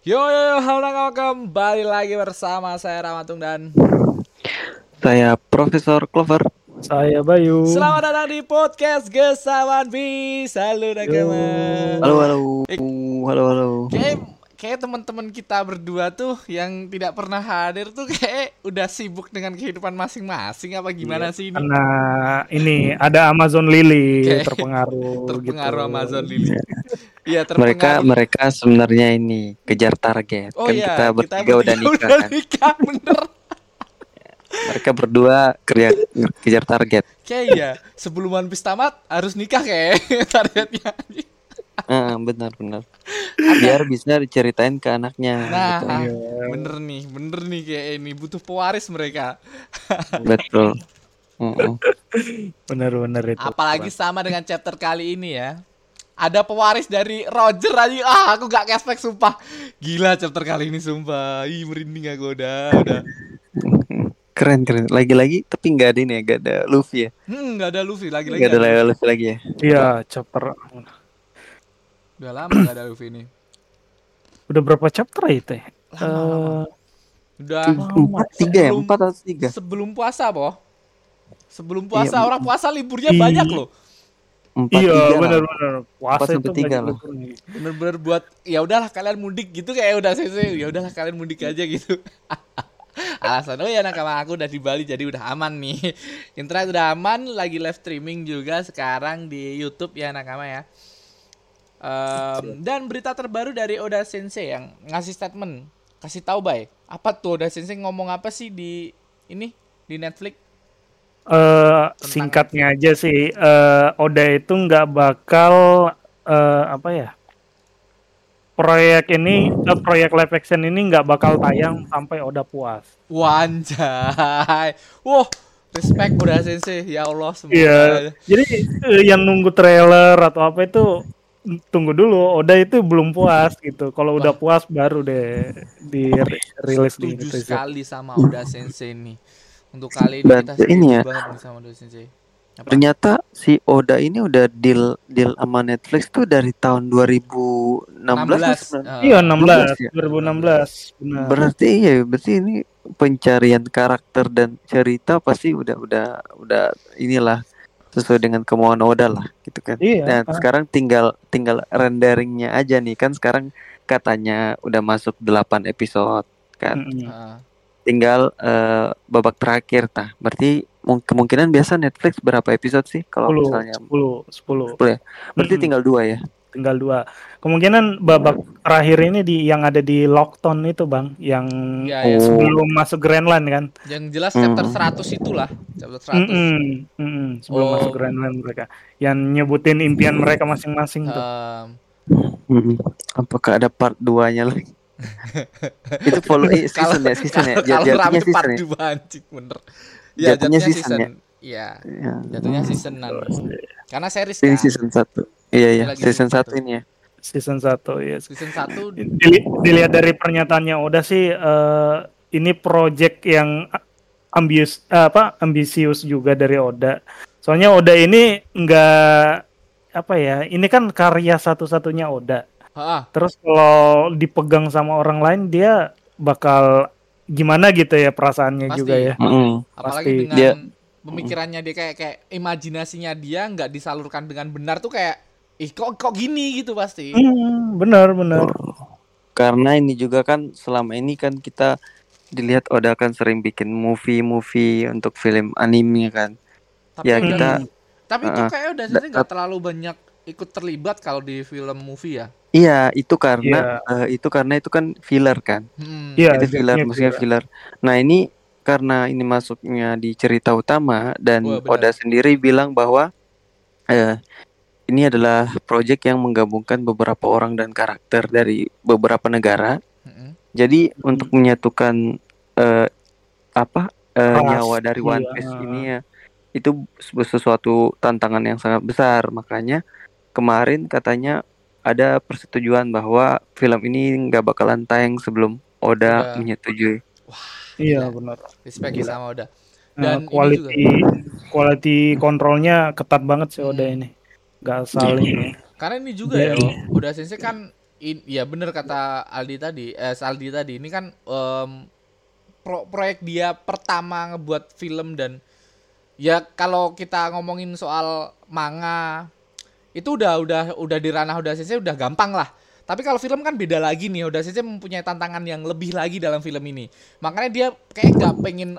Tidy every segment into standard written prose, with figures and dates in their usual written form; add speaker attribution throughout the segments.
Speaker 1: Halo nakama, kembali lagi bersama saya Ramatung dan
Speaker 2: Saya Profesor Clover.
Speaker 3: Saya Bayu.
Speaker 1: selamat datang di podcast Gesawan Bis. Halo nakama.
Speaker 2: Halo, halo, halo.
Speaker 1: Kayak teman-teman kita berdua tuh yang tidak pernah hadir tuh kayak udah sibuk dengan kehidupan masing-masing apa gimana sih ini?
Speaker 3: Karena ini ada Amazon Lily
Speaker 1: Kayak
Speaker 3: terpengaruh gitu.
Speaker 1: Amazon Lily. Iya, terpengaruh.
Speaker 2: Mereka sebenarnya ini kejar target.
Speaker 1: Oh
Speaker 2: Kan
Speaker 1: iya,
Speaker 2: kita bertiga udah nikah kan.
Speaker 1: bener.
Speaker 2: Mereka berdua kejar target.
Speaker 1: Kayak iya, sebelum One Piece tamat harus nikah kayak targetnya.
Speaker 2: Benar. Biar bisa diceritain ke anaknya.
Speaker 1: Nah,
Speaker 2: Gitu.
Speaker 1: bener nih kayak ini butuh pewaris mereka.
Speaker 2: Betul.
Speaker 3: Benar itu.
Speaker 1: Apalagi sama dengan chapter kali ini ya. Ada pewaris dari Roger aja. Aku gak cashback sumpah. Gila chapter kali ini sumpah. Ih, merinding aku udah.
Speaker 2: Keren. Lagi-lagi tapi nggak ada ini ya, nggak ada Luffy ya.
Speaker 1: Gak ada Luffy lagi-lagi.
Speaker 2: Nggak ada Luffy lagi ya.
Speaker 3: Iya, chapter.
Speaker 1: Udah lama gak ada Luffy ini.
Speaker 3: Udah berapa chapter ya itu?
Speaker 1: Lama. Udah
Speaker 2: 4 atau 3.
Speaker 1: Sebelum puasa, Boh. Sebelum puasa, orang puasa liburnya banyak loh.
Speaker 2: 4,
Speaker 3: Iya,
Speaker 2: 3
Speaker 3: benar.
Speaker 2: Pas
Speaker 3: Puasa itu
Speaker 2: sampai 3 lah.
Speaker 1: Bener-bener buat ya udahlah kalian mudik gitu kayak udah selesai. Ya udahlah kalian mudik aja gitu. Alasan ya nakama aku udah di Bali jadi udah aman nih. Internet udah aman, lagi live streaming juga sekarang di YouTube ya nakama ya. Dan berita terbaru dari Oda Sensei yang ngasih statement, kasih tahu Bay. Apa tuh Oda Sensei ngomong apa sih di ini di Netflix?
Speaker 3: Singkatnya aja sih, Oda itu nggak bakal proyek live action ini nggak bakal tayang sampai Oda puas.
Speaker 1: Wanjay. Wah, respect Oda Sensei. Ya Allah semoga.
Speaker 3: Iya. Jadi yang nunggu trailer atau apa itu tunggu dulu. Oda itu belum puas gitu. Kalau udah puas baru deh dirilis di
Speaker 1: Setuju
Speaker 3: Indonesia.
Speaker 1: sekali sama Oda Sensei nih. Untuk kali ini kita setuju
Speaker 2: ini ya.
Speaker 1: banget nih sama Oda Sensei. Apa?
Speaker 2: Ternyata si Oda ini udah deal sama Netflix tuh dari tahun 2016.
Speaker 3: Iya, 2016. Benar.
Speaker 2: Berarti ini pencarian karakter dan cerita pasti udah inilah sesuai dengan kemauan Oda lah gitu kan.
Speaker 3: Iya.
Speaker 2: Dan sekarang tinggal renderingnya aja nih kan, sekarang katanya udah masuk 8 episode kan. Tinggal babak terakhir berarti kemungkinan biasa Netflix berapa episode sih kalau misalnya
Speaker 3: 10
Speaker 2: ya. Berarti tinggal 2 ya.
Speaker 3: Tinggal 2. Kemungkinan babak terakhir ini yang ada di Lockton itu, Bang, yang sebelum masuk Grand Line kan.
Speaker 1: Yang jelas chapter 100 itulah, chapter 100.
Speaker 3: Sebelum masuk Grand Line mereka. Yang nyebutin impian mereka masing-masing tuh.
Speaker 2: Apakah ada part 2-nya lagi? Itu follow season ya.
Speaker 1: Jatuhnya season ya. Bener. Ya, jatuhnya season ya. Iya. Jatuhnya seasonan. Karena series kan.
Speaker 2: Ini season 1. Iya, season 1 ini ya.
Speaker 3: Season 1 ya.
Speaker 1: Season 1
Speaker 3: dilihat dari pernyataannya Oda sih ini project yang ambisius juga dari Oda. Soalnya Oda ini ini kan karya satu-satunya Oda. Terus kalau dipegang sama orang lain dia bakal gimana gitu ya perasaannya. Pasti, juga ya.
Speaker 1: Apalagi dengan pemikirannya dia kayak imajinasinya dia nggak disalurkan dengan benar tuh kayak kok gini gitu pasti.
Speaker 3: Benar.
Speaker 2: Karena ini juga kan selama ini kan kita dilihat Oda kan sering bikin movie untuk film anime kan.
Speaker 1: Tapi itu kayak udah jadi nggak terlalu banyak ikut terlibat kalau di film movie ya.
Speaker 2: Iya, itu karena itu kan filler kan. Itu filler, maksudnya filler. Nah, ini karena ini masuknya di cerita utama dan Oda sendiri bilang bahwa ini adalah proyek yang menggabungkan beberapa orang dan karakter dari beberapa negara. Jadi untuk menyatukan nyawa dari One Piece ini ya, itu sesuatu tantangan yang sangat besar. Makanya kemarin katanya ada persetujuan bahwa film ini nggak bakalan tayang sebelum Oda menyetujui.
Speaker 1: Wah,
Speaker 3: iya benar.
Speaker 1: Respect sama Oda.
Speaker 3: Dan quality kontrolnya ketat banget sih Oda ini. Nggak saling.
Speaker 1: Karena ini juga ya, Oda Sensei kan Ya bener kata Saldi tadi. Ini kan proyek dia pertama ngebuat film, dan ya kalau kita ngomongin soal manga itu udah di ranah Oda Sensei udah gampang lah. Tapi kalau film kan beda lagi nih. Oda Sensei mempunyai tantangan yang lebih lagi dalam film ini. Makanya dia kayak nggak pengen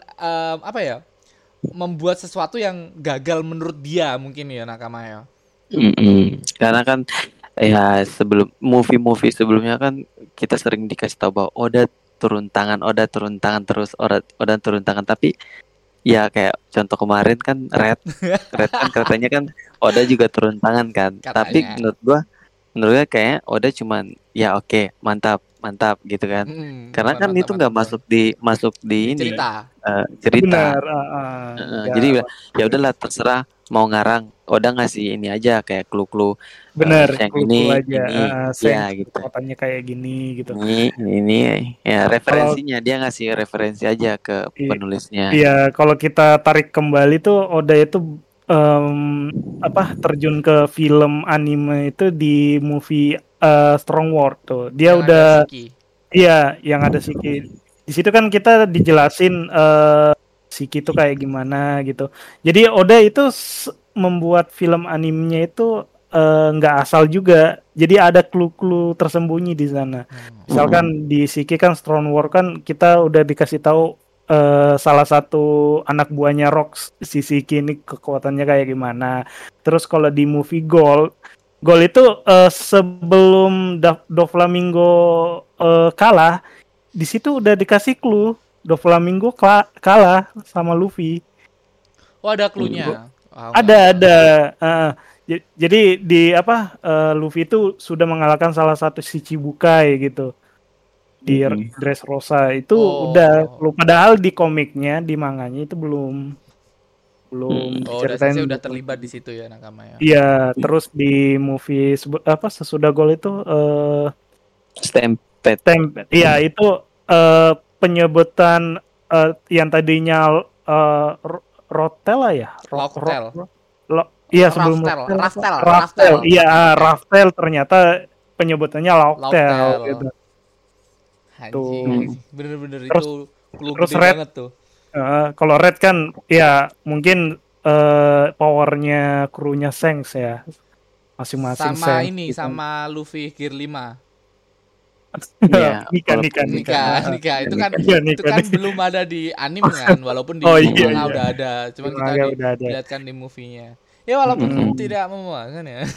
Speaker 1: membuat sesuatu yang gagal menurut dia mungkin ya, Nakama ya.
Speaker 2: Karena kan ya sebelum movie sebelumnya kan kita sering dikasih tahu bahwa Oda turun tangan terus, Oda turun tangan, tapi ya kayak contoh kemarin kan Red kan katanya kan Oda juga turun tangan kan. Katanya. Tapi menurut gua kayak Oda cuman ya oke, mantap gitu kan. Karena kan itu nggak masuk di ini cerita. Jadi ya udahlah, terserah mau ngarang, Oda ngasih ini aja kayak clue
Speaker 3: yang
Speaker 2: ini
Speaker 3: ya gitu, katanya kayak gini gitu.
Speaker 2: Ini ya referensinya, dia ngasih referensi aja ke penulisnya.
Speaker 3: Iya, kalau kita tarik kembali tuh Oda itu terjun ke film anime itu di movie Strong World tuh. Dia yang udah yang ada Shiki. Di situ kan kita dijelasin Shiki itu kayak gimana gitu. Jadi Oda itu membuat film animenya itu nggak asal juga. Jadi ada clue-clue tersembunyi di sana. Misalkan di Shiki kan Strong World kan kita udah dikasih tahu salah satu anak buahnya Rox, si Shiki ini kekuatannya kayak gimana. Terus kalau di movie Gold itu sebelum Doflamingo kalah, di situ udah dikasih clue Doflamingo kalah sama Luffy.
Speaker 1: Oh, ada clue-nya.
Speaker 3: Ada. Jadi di Luffy itu sudah mengalahkan salah satu Shichibukai gitu. Di Dressrosa itu udah, padahal di komiknya, di manganya itu belum
Speaker 1: diceritain. Udah terlibat di situ ya, Nakama ya.
Speaker 3: Iya, terus di movie sesudah Gold itu
Speaker 2: Stampede.
Speaker 3: Iya, itu penyebutan yang tadinya Rotel ya. Iya, sebelum Raftel. Iya, Raftel ternyata penyebutannya Lauktel gitu.
Speaker 1: Bener-bener itu
Speaker 3: terus Red banget tuh. Kalau Red kan ya mungkin powernya krunya Shanks ya, masing-masing
Speaker 1: sama Shanks, sama Luffy Gear 5.
Speaker 3: Iya,
Speaker 1: nikah. Itu kan belum ada di anime kan, walaupun di manga udah ada, cuman kita dilihatkan di movie-nya. Ya walaupun tidak memuaskan ya.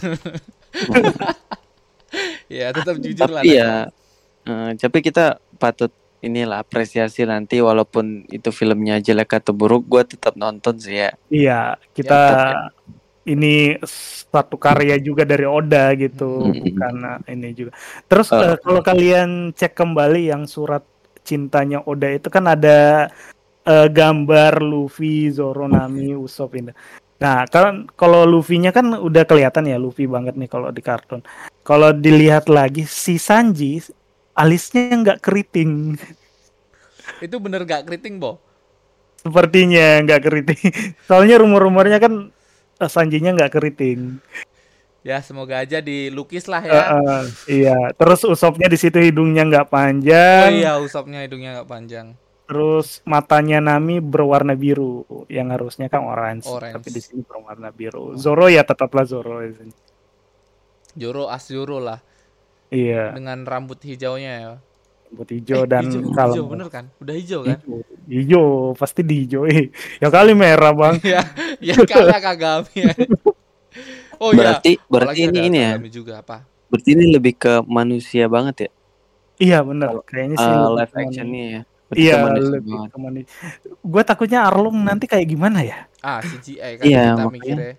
Speaker 1: Ya tetap jujur lah.
Speaker 2: Iya. Tapi kita patut inilah apresiasi nanti, walaupun itu filmnya jelek atau buruk, gue tetap nonton sih ya.
Speaker 3: Iya, kita ini satu karya juga dari Oda gitu, karena ini juga. Terus kalau kalian cek kembali yang surat cintanya Oda itu kan ada gambar Luffy, Zoro, Nami, Usopp ini. Nah, kalau Luffy-nya kan udah kelihatan ya, Luffy banget nih kalau di kartun. Kalau dilihat lagi si Sanji alisnya nggak keriting.
Speaker 1: Itu bener nggak keriting, Bo?
Speaker 3: Sepertinya nggak keriting. Soalnya rumor-rumornya kan Sanjinya nggak keriting.
Speaker 1: Ya semoga aja dilukis lah ya.
Speaker 3: Iya. Terus Usoppnya di situ hidungnya nggak panjang.
Speaker 1: Oh iya, Usoppnya hidungnya nggak panjang.
Speaker 3: Terus matanya Nami berwarna biru, yang harusnya kan orange. Tapi di sini berwarna biru. Zoro ya tetaplah Zoro.
Speaker 1: Zoro lah.
Speaker 3: Iya.
Speaker 1: Dengan rambut hijaunya ya.
Speaker 3: Rambut hijau dan
Speaker 1: hijau bener kan? Udah hijau kan?
Speaker 3: Hijau pasti dihijauin. Ya kali merah bang.
Speaker 1: ya kali Kagami. Oh
Speaker 2: berarti ini ya.
Speaker 1: Juga apa?
Speaker 2: Berarti ini lebih ke manusia banget ya?
Speaker 3: Iya benar. Kayaknya sih
Speaker 2: live actionnya ya.
Speaker 3: Iya, lebih ke manusia. Gue takutnya Arlong nanti kayak gimana ya?
Speaker 1: CGI kan kita mikirnya.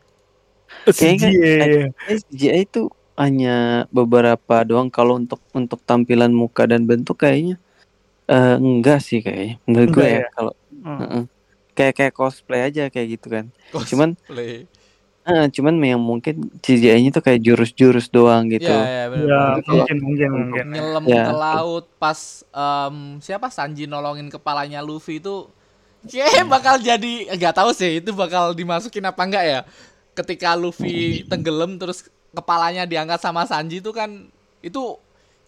Speaker 2: CGI itu hanya beberapa doang. Kalau untuk tampilan muka dan bentuk kayaknya enggak sih kayaknya. Menurut gue ya kalau kayak cosplay aja kayak gitu kan. Cuman yang mungkin CGI-nya tuh kayak jurus-jurus doang gitu.
Speaker 1: Iya,
Speaker 3: mungkin.
Speaker 1: Nyelam ke laut pas siapa Sanji nolongin kepalanya Luffy itu bakal jadi nggak tahu sih itu bakal dimasukin apa enggak ya. Ketika Luffy tenggelam terus kepalanya diangkat sama Sanji itu kan itu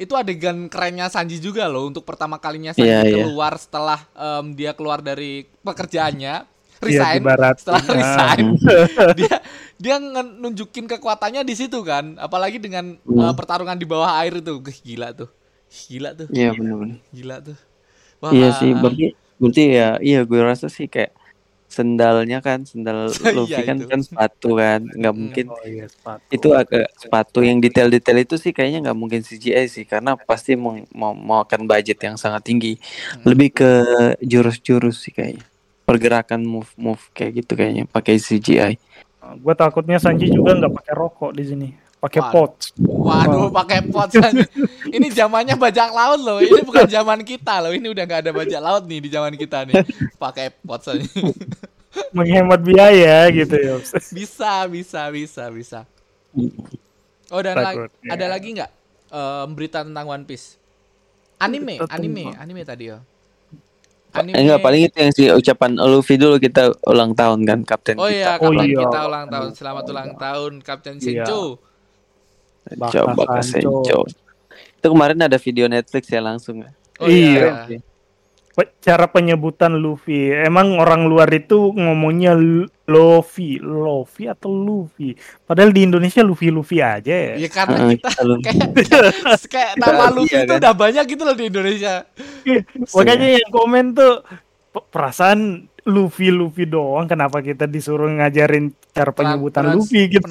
Speaker 1: itu adegan kerennya Sanji juga loh, untuk pertama kalinya Sanji keluar setelah dia keluar dari pekerjaannya, resign, setelah resign dia nunjukin kekuatannya di situ kan, apalagi dengan pertarungan di bawah air itu, gila tuh.
Speaker 2: Iya benar-benar
Speaker 1: gila tuh.
Speaker 2: Wah. Iya sih, berarti ya gue rasa sih kayak sendalnya kan, sendal Luffy kan sepatu kan, nggak mungkin itu agak sepatu yang detail-detail itu sih kayaknya nggak mungkin CGI sih, karena pasti mau akan budget yang sangat tinggi, lebih ke jurus-jurus sih kayaknya, pergerakan move kayak gitu kayaknya pakai CGI.
Speaker 3: Gue takutnya Sanji juga nggak pakai rokok di sini, pakai pot.
Speaker 1: Waduh, pakai pot Sanji. Ini zamannya bajak laut loh. Ini bukan zaman kita loh. Ini udah nggak ada bajak laut nih di zaman kita nih. Pakai pot Sanji.
Speaker 3: Menghemat biaya gitu ya.
Speaker 1: Bisa. Oh, dan ada lagi nggak berita tentang One Piece? Anime tadi ya.
Speaker 2: Enggak, paling itu yang si ucapan Luffy dulu, kita ulang tahun kan Kapten kita.
Speaker 1: Oh iya, kita ulang tahun. Selamat ulang tahun Kapten Sencho.
Speaker 2: Coba Sencho. Itu kemarin ada video Netflix ya langsung.
Speaker 3: Oh iya. Cara penyebutan Luffy, emang orang luar itu ngomongnya Luffy atau Luffy. Padahal di Indonesia Luffy aja ya.
Speaker 1: Iya, karena kita kayak nama Luffy itu udah banyak gitu loh di Indonesia.
Speaker 3: Makanya yang komen tuh perasaan Luffy doang, kenapa kita disuruh ngajarin cara penyebutan Luffy gitu.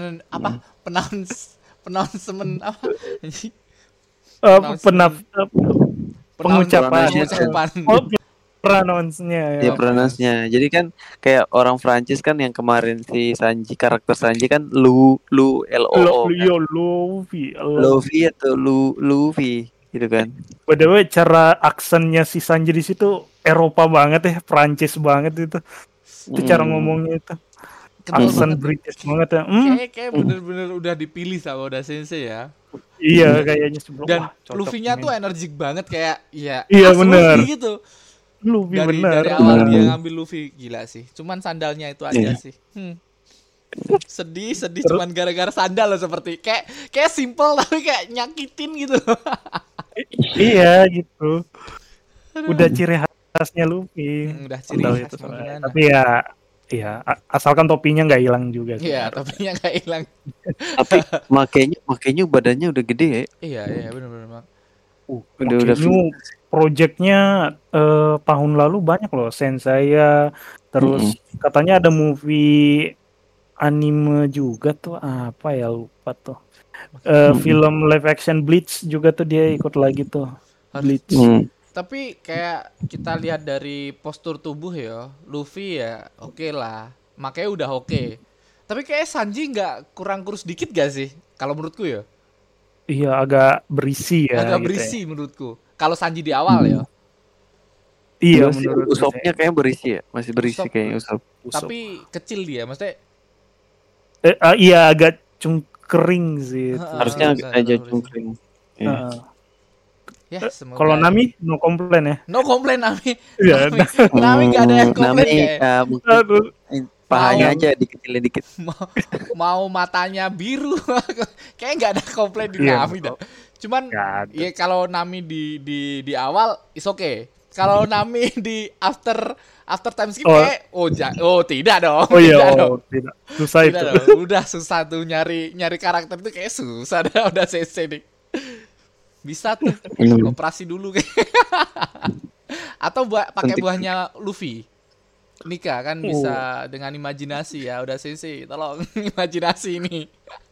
Speaker 3: Pengucapan pronounce-nya
Speaker 2: ya. Pronounce-nya. Jadi kan kayak orang Prancis kan yang kemarin si Sanji, karakter Sanji kan Luffy atau Luffy gitu kan.
Speaker 3: By the way, cara aksennya si Sanji di situ Eropa banget ya, Prancis banget itu. Itu cara ngomongnya itu. Aksen British banget ya.
Speaker 1: Kayak bener-bener udah dipilih sama Oda Sensei ya.
Speaker 3: Iya, kayaknya sebelum.
Speaker 1: Dan Luffy-nya tuh energik banget kayak
Speaker 3: iya bener
Speaker 1: gitu.
Speaker 3: Luffy
Speaker 1: dari awal dia ngambil Luffy, gila sih. Cuman sandalnya itu aja sih. Sedih cuman gara-gara sandal loh, seperti kayak simple tapi kayak nyakitin gitu.
Speaker 3: Iya gitu. Udah ciri khasnya Luffy.
Speaker 1: Udah ciri khas.
Speaker 3: Tapi ya asalkan topinya nggak hilang juga sih.
Speaker 1: Iya, topinya nggak hilang.
Speaker 2: Tapi makanya badannya udah gede ya.
Speaker 1: Iya benar-benar.
Speaker 3: Udah projectnya tahun lalu banyak loh, Senseiya, terus katanya ada movie anime juga tuh, apa ya lupa tuh. Film live action Bleach juga tuh dia ikut lagi tuh. Bleach.
Speaker 1: Tapi kayak kita lihat dari postur tubuh ya, Luffy ya oke lah, makanya udah oke. Tapi kayak Sanji nggak kurang kurus dikit gak sih? Kalau menurutku ya.
Speaker 3: Iya, agak berisi ya.
Speaker 1: Agak berisi ya. Menurutku. Kalau Sanji di awal ya.
Speaker 3: Iya,
Speaker 2: menurut Usoppnya kayaknya berisi ya, masih berisi kayaknya Usopp.
Speaker 1: Tapi kecil dia, maksudnya.
Speaker 3: Iya, agak cungkring sih.
Speaker 2: Harusnya aja cungkring.
Speaker 1: Ya,
Speaker 2: kalau
Speaker 3: Nami no komplain ya.
Speaker 1: No komplain Nami. Iya. Nami gak ada yang komplain kayak.
Speaker 2: Pahanya aja dikecilin dikit.
Speaker 1: Mau matanya biru. Kayaknya gak ada komplain di Nami dah. Cuman ya kalau Nami di awal is okay. Kalau Nami di after time skip tidak dong.
Speaker 3: Tidak. Susah itu.
Speaker 1: Udah susah tuh nyari karakter itu, kayak susah dah udah CC nih. Bisa tuh operasi dulu kayak. Atau pakai buahnya Luffy. Nika kan bisa dengan imajinasi ya, udah CC tolong imajinasi ini.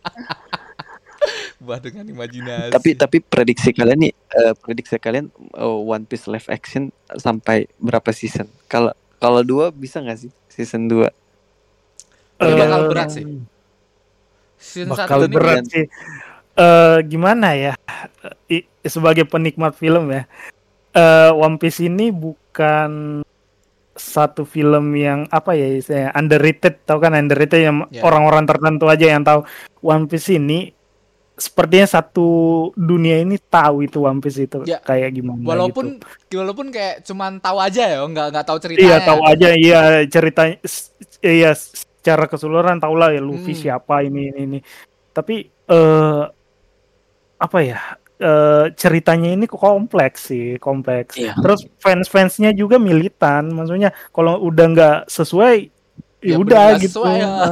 Speaker 1: Buah dengan imajinasi.
Speaker 2: Tapi prediksi kalian One Piece live action sampai berapa season? Kalau 2 bisa nggak sih season 2?
Speaker 1: Bakal berat sih.
Speaker 3: Season 1 ini berat sih. Gimana ya, sebagai penikmat film ya, One Piece ini bukan satu film yang apa ya, saya underrated, tahu kan underrated yang orang-orang tertentu aja yang tahu. One Piece ini sepertinya satu dunia ini tahu itu One Piece itu kayak gimana.
Speaker 1: Walaupun kayak cuman tahu aja ya, nggak tahu ceritanya.
Speaker 3: Iya tahu aja, ceritanya, secara keseluruhan tahu lah ya Luffy siapa ini. Tapi apa ya, ceritanya ini kompleks sih, kompleks.
Speaker 2: Iya.
Speaker 3: Terus fans-fansnya juga militan, maksudnya kalau udah nggak sesuai, ya udah gitu.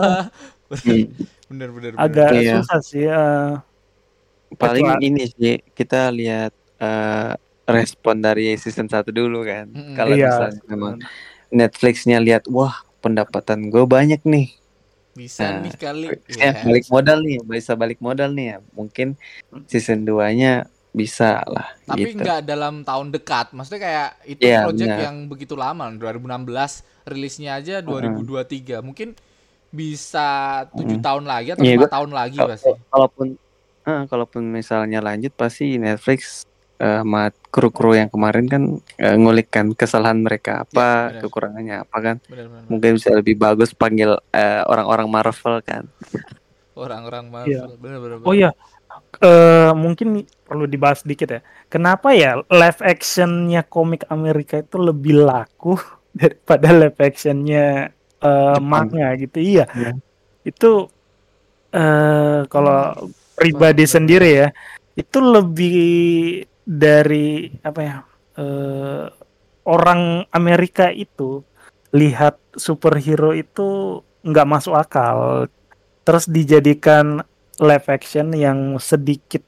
Speaker 1: Bener.
Speaker 3: Agak susah sih.
Speaker 2: Paling ini sih kita lihat respon dari season 1 dulu kan. Kalau misalnya memang Netflixnya lihat, wah pendapatan gue banyak nih.
Speaker 1: Bisa nih kali.
Speaker 2: Balik modal nih ya. Mungkin season 2-nya bisa lah.
Speaker 1: Tapi
Speaker 2: gitu.
Speaker 1: nggak dalam tahun dekat. Maksudnya kayak itu project yang begitu lama. 2016 rilisnya aja 2023. Mungkin bisa 7 tahun lagi atau 5 tahun lagi pasti.
Speaker 2: Kalaupun misalnya lanjut pasti Netflix sama kru-kru yang kemarin kan ngulikkan kesalahan mereka apa, kekurangannya apa kan. Bener. Mungkin bisa lebih bagus panggil orang-orang Marvel kan.
Speaker 1: Orang-orang Marvel. Bener.
Speaker 3: Oh iya. Mungkin perlu dibahas dikit ya. Kenapa ya live actionnya komik Amerika itu lebih laku daripada live actionnya manga gitu? Iya. Itu kalau pribadi sendiri ya, itu lebih dari apa ya, orang Amerika itu lihat superhero itu nggak masuk akal, terus dijadikan live action yang sedikit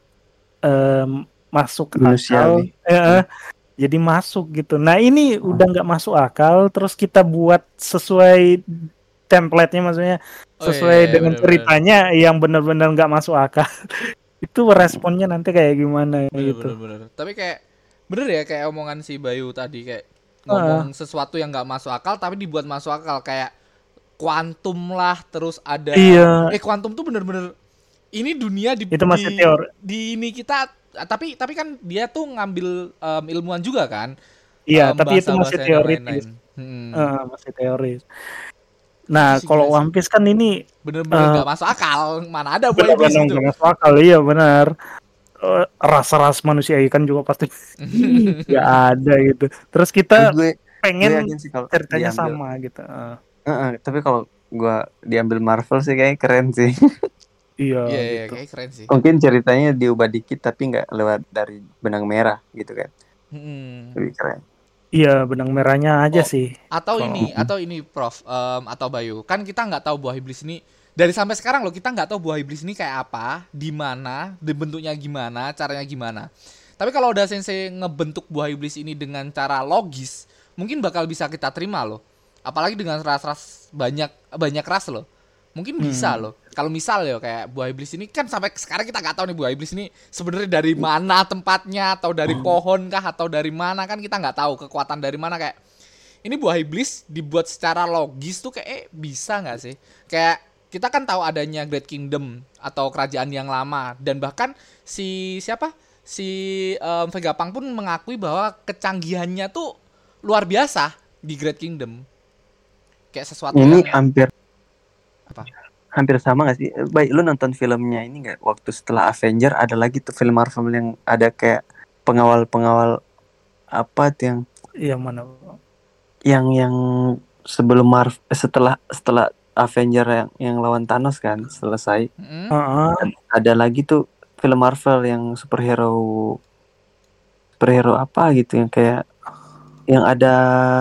Speaker 3: masuk akal, jadi masuk gitu. Nah ini udah nggak masuk akal, terus kita buat sesuai template-nya, maksudnya sesuai dengan ceritanya yang benar-benar nggak masuk akal. Itu responnya nanti kayak gimana gitu.
Speaker 1: Bener. Tapi kayak bener ya, kayak omongan si Bayu tadi, kayak ngomong sesuatu yang nggak masuk akal tapi dibuat masuk akal, kayak kuantum lah, terus ada kuantum tuh bener-bener ini dunia di
Speaker 3: itu masih teori
Speaker 1: di ini kita, tapi kan dia tuh ngambil ilmuwan juga kan.
Speaker 3: Tapi itu masih teoritis. Masih teoris. Nah, kalau One Piece kan ini
Speaker 1: bener-bener nggak masuk akal. Mana ada buah iblis itu?
Speaker 3: Nggak masuk akal, iya benar. Ras-ras manusia ikan juga pasti nggak ada gitu. Terus kita pengen ceritanya sama gitu.
Speaker 2: Tapi kalau gue diambil Marvel sih kayak keren sih.
Speaker 1: Iya, gitu. Kayak keren sih.
Speaker 2: Mungkin ceritanya diubah dikit tapi nggak lewat dari benang merah gitu kan. Lebih keren.
Speaker 3: Iya, benang merahnya aja sih.
Speaker 1: Atau ini Prof, atau Bayu. Kan kita nggak tahu buah iblis ini dari sampai sekarang loh, kita nggak tahu buah iblis ini kayak apa, di mana, bentuknya gimana, caranya gimana. Tapi kalau udah Sensei ngebentuk buah iblis ini dengan cara logis, mungkin bakal bisa kita terima loh. Apalagi dengan ras-ras banyak ras loh. Mungkin bisa loh. Kalau misal ya kayak buah iblis ini kan sampai sekarang kita nggak tahu nih buah iblis ini sebenarnya dari mana tempatnya, atau dari pohon kah, atau dari mana, kan kita nggak tahu kekuatan dari mana. Kayak ini buah iblis dibuat secara logis tuh kayak bisa nggak sih? Kayak kita kan tahu adanya Great Kingdom atau kerajaan yang lama, dan bahkan si Vegapunk pun mengakui bahwa kecanggihannya tuh luar biasa di Great Kingdom. Kayak sesuatu
Speaker 2: ini hampir sama gak sih? Baik, lu nonton filmnya ini gak? Waktu setelah Avenger ada lagi tuh film Marvel yang ada kayak pengawal apa tuh
Speaker 3: yang mana?
Speaker 2: Yang sebelum setelah Avenger yang lawan Thanos kan selesai. Ada lagi tuh film Marvel yang superhero apa gitu, yang kayak yang ada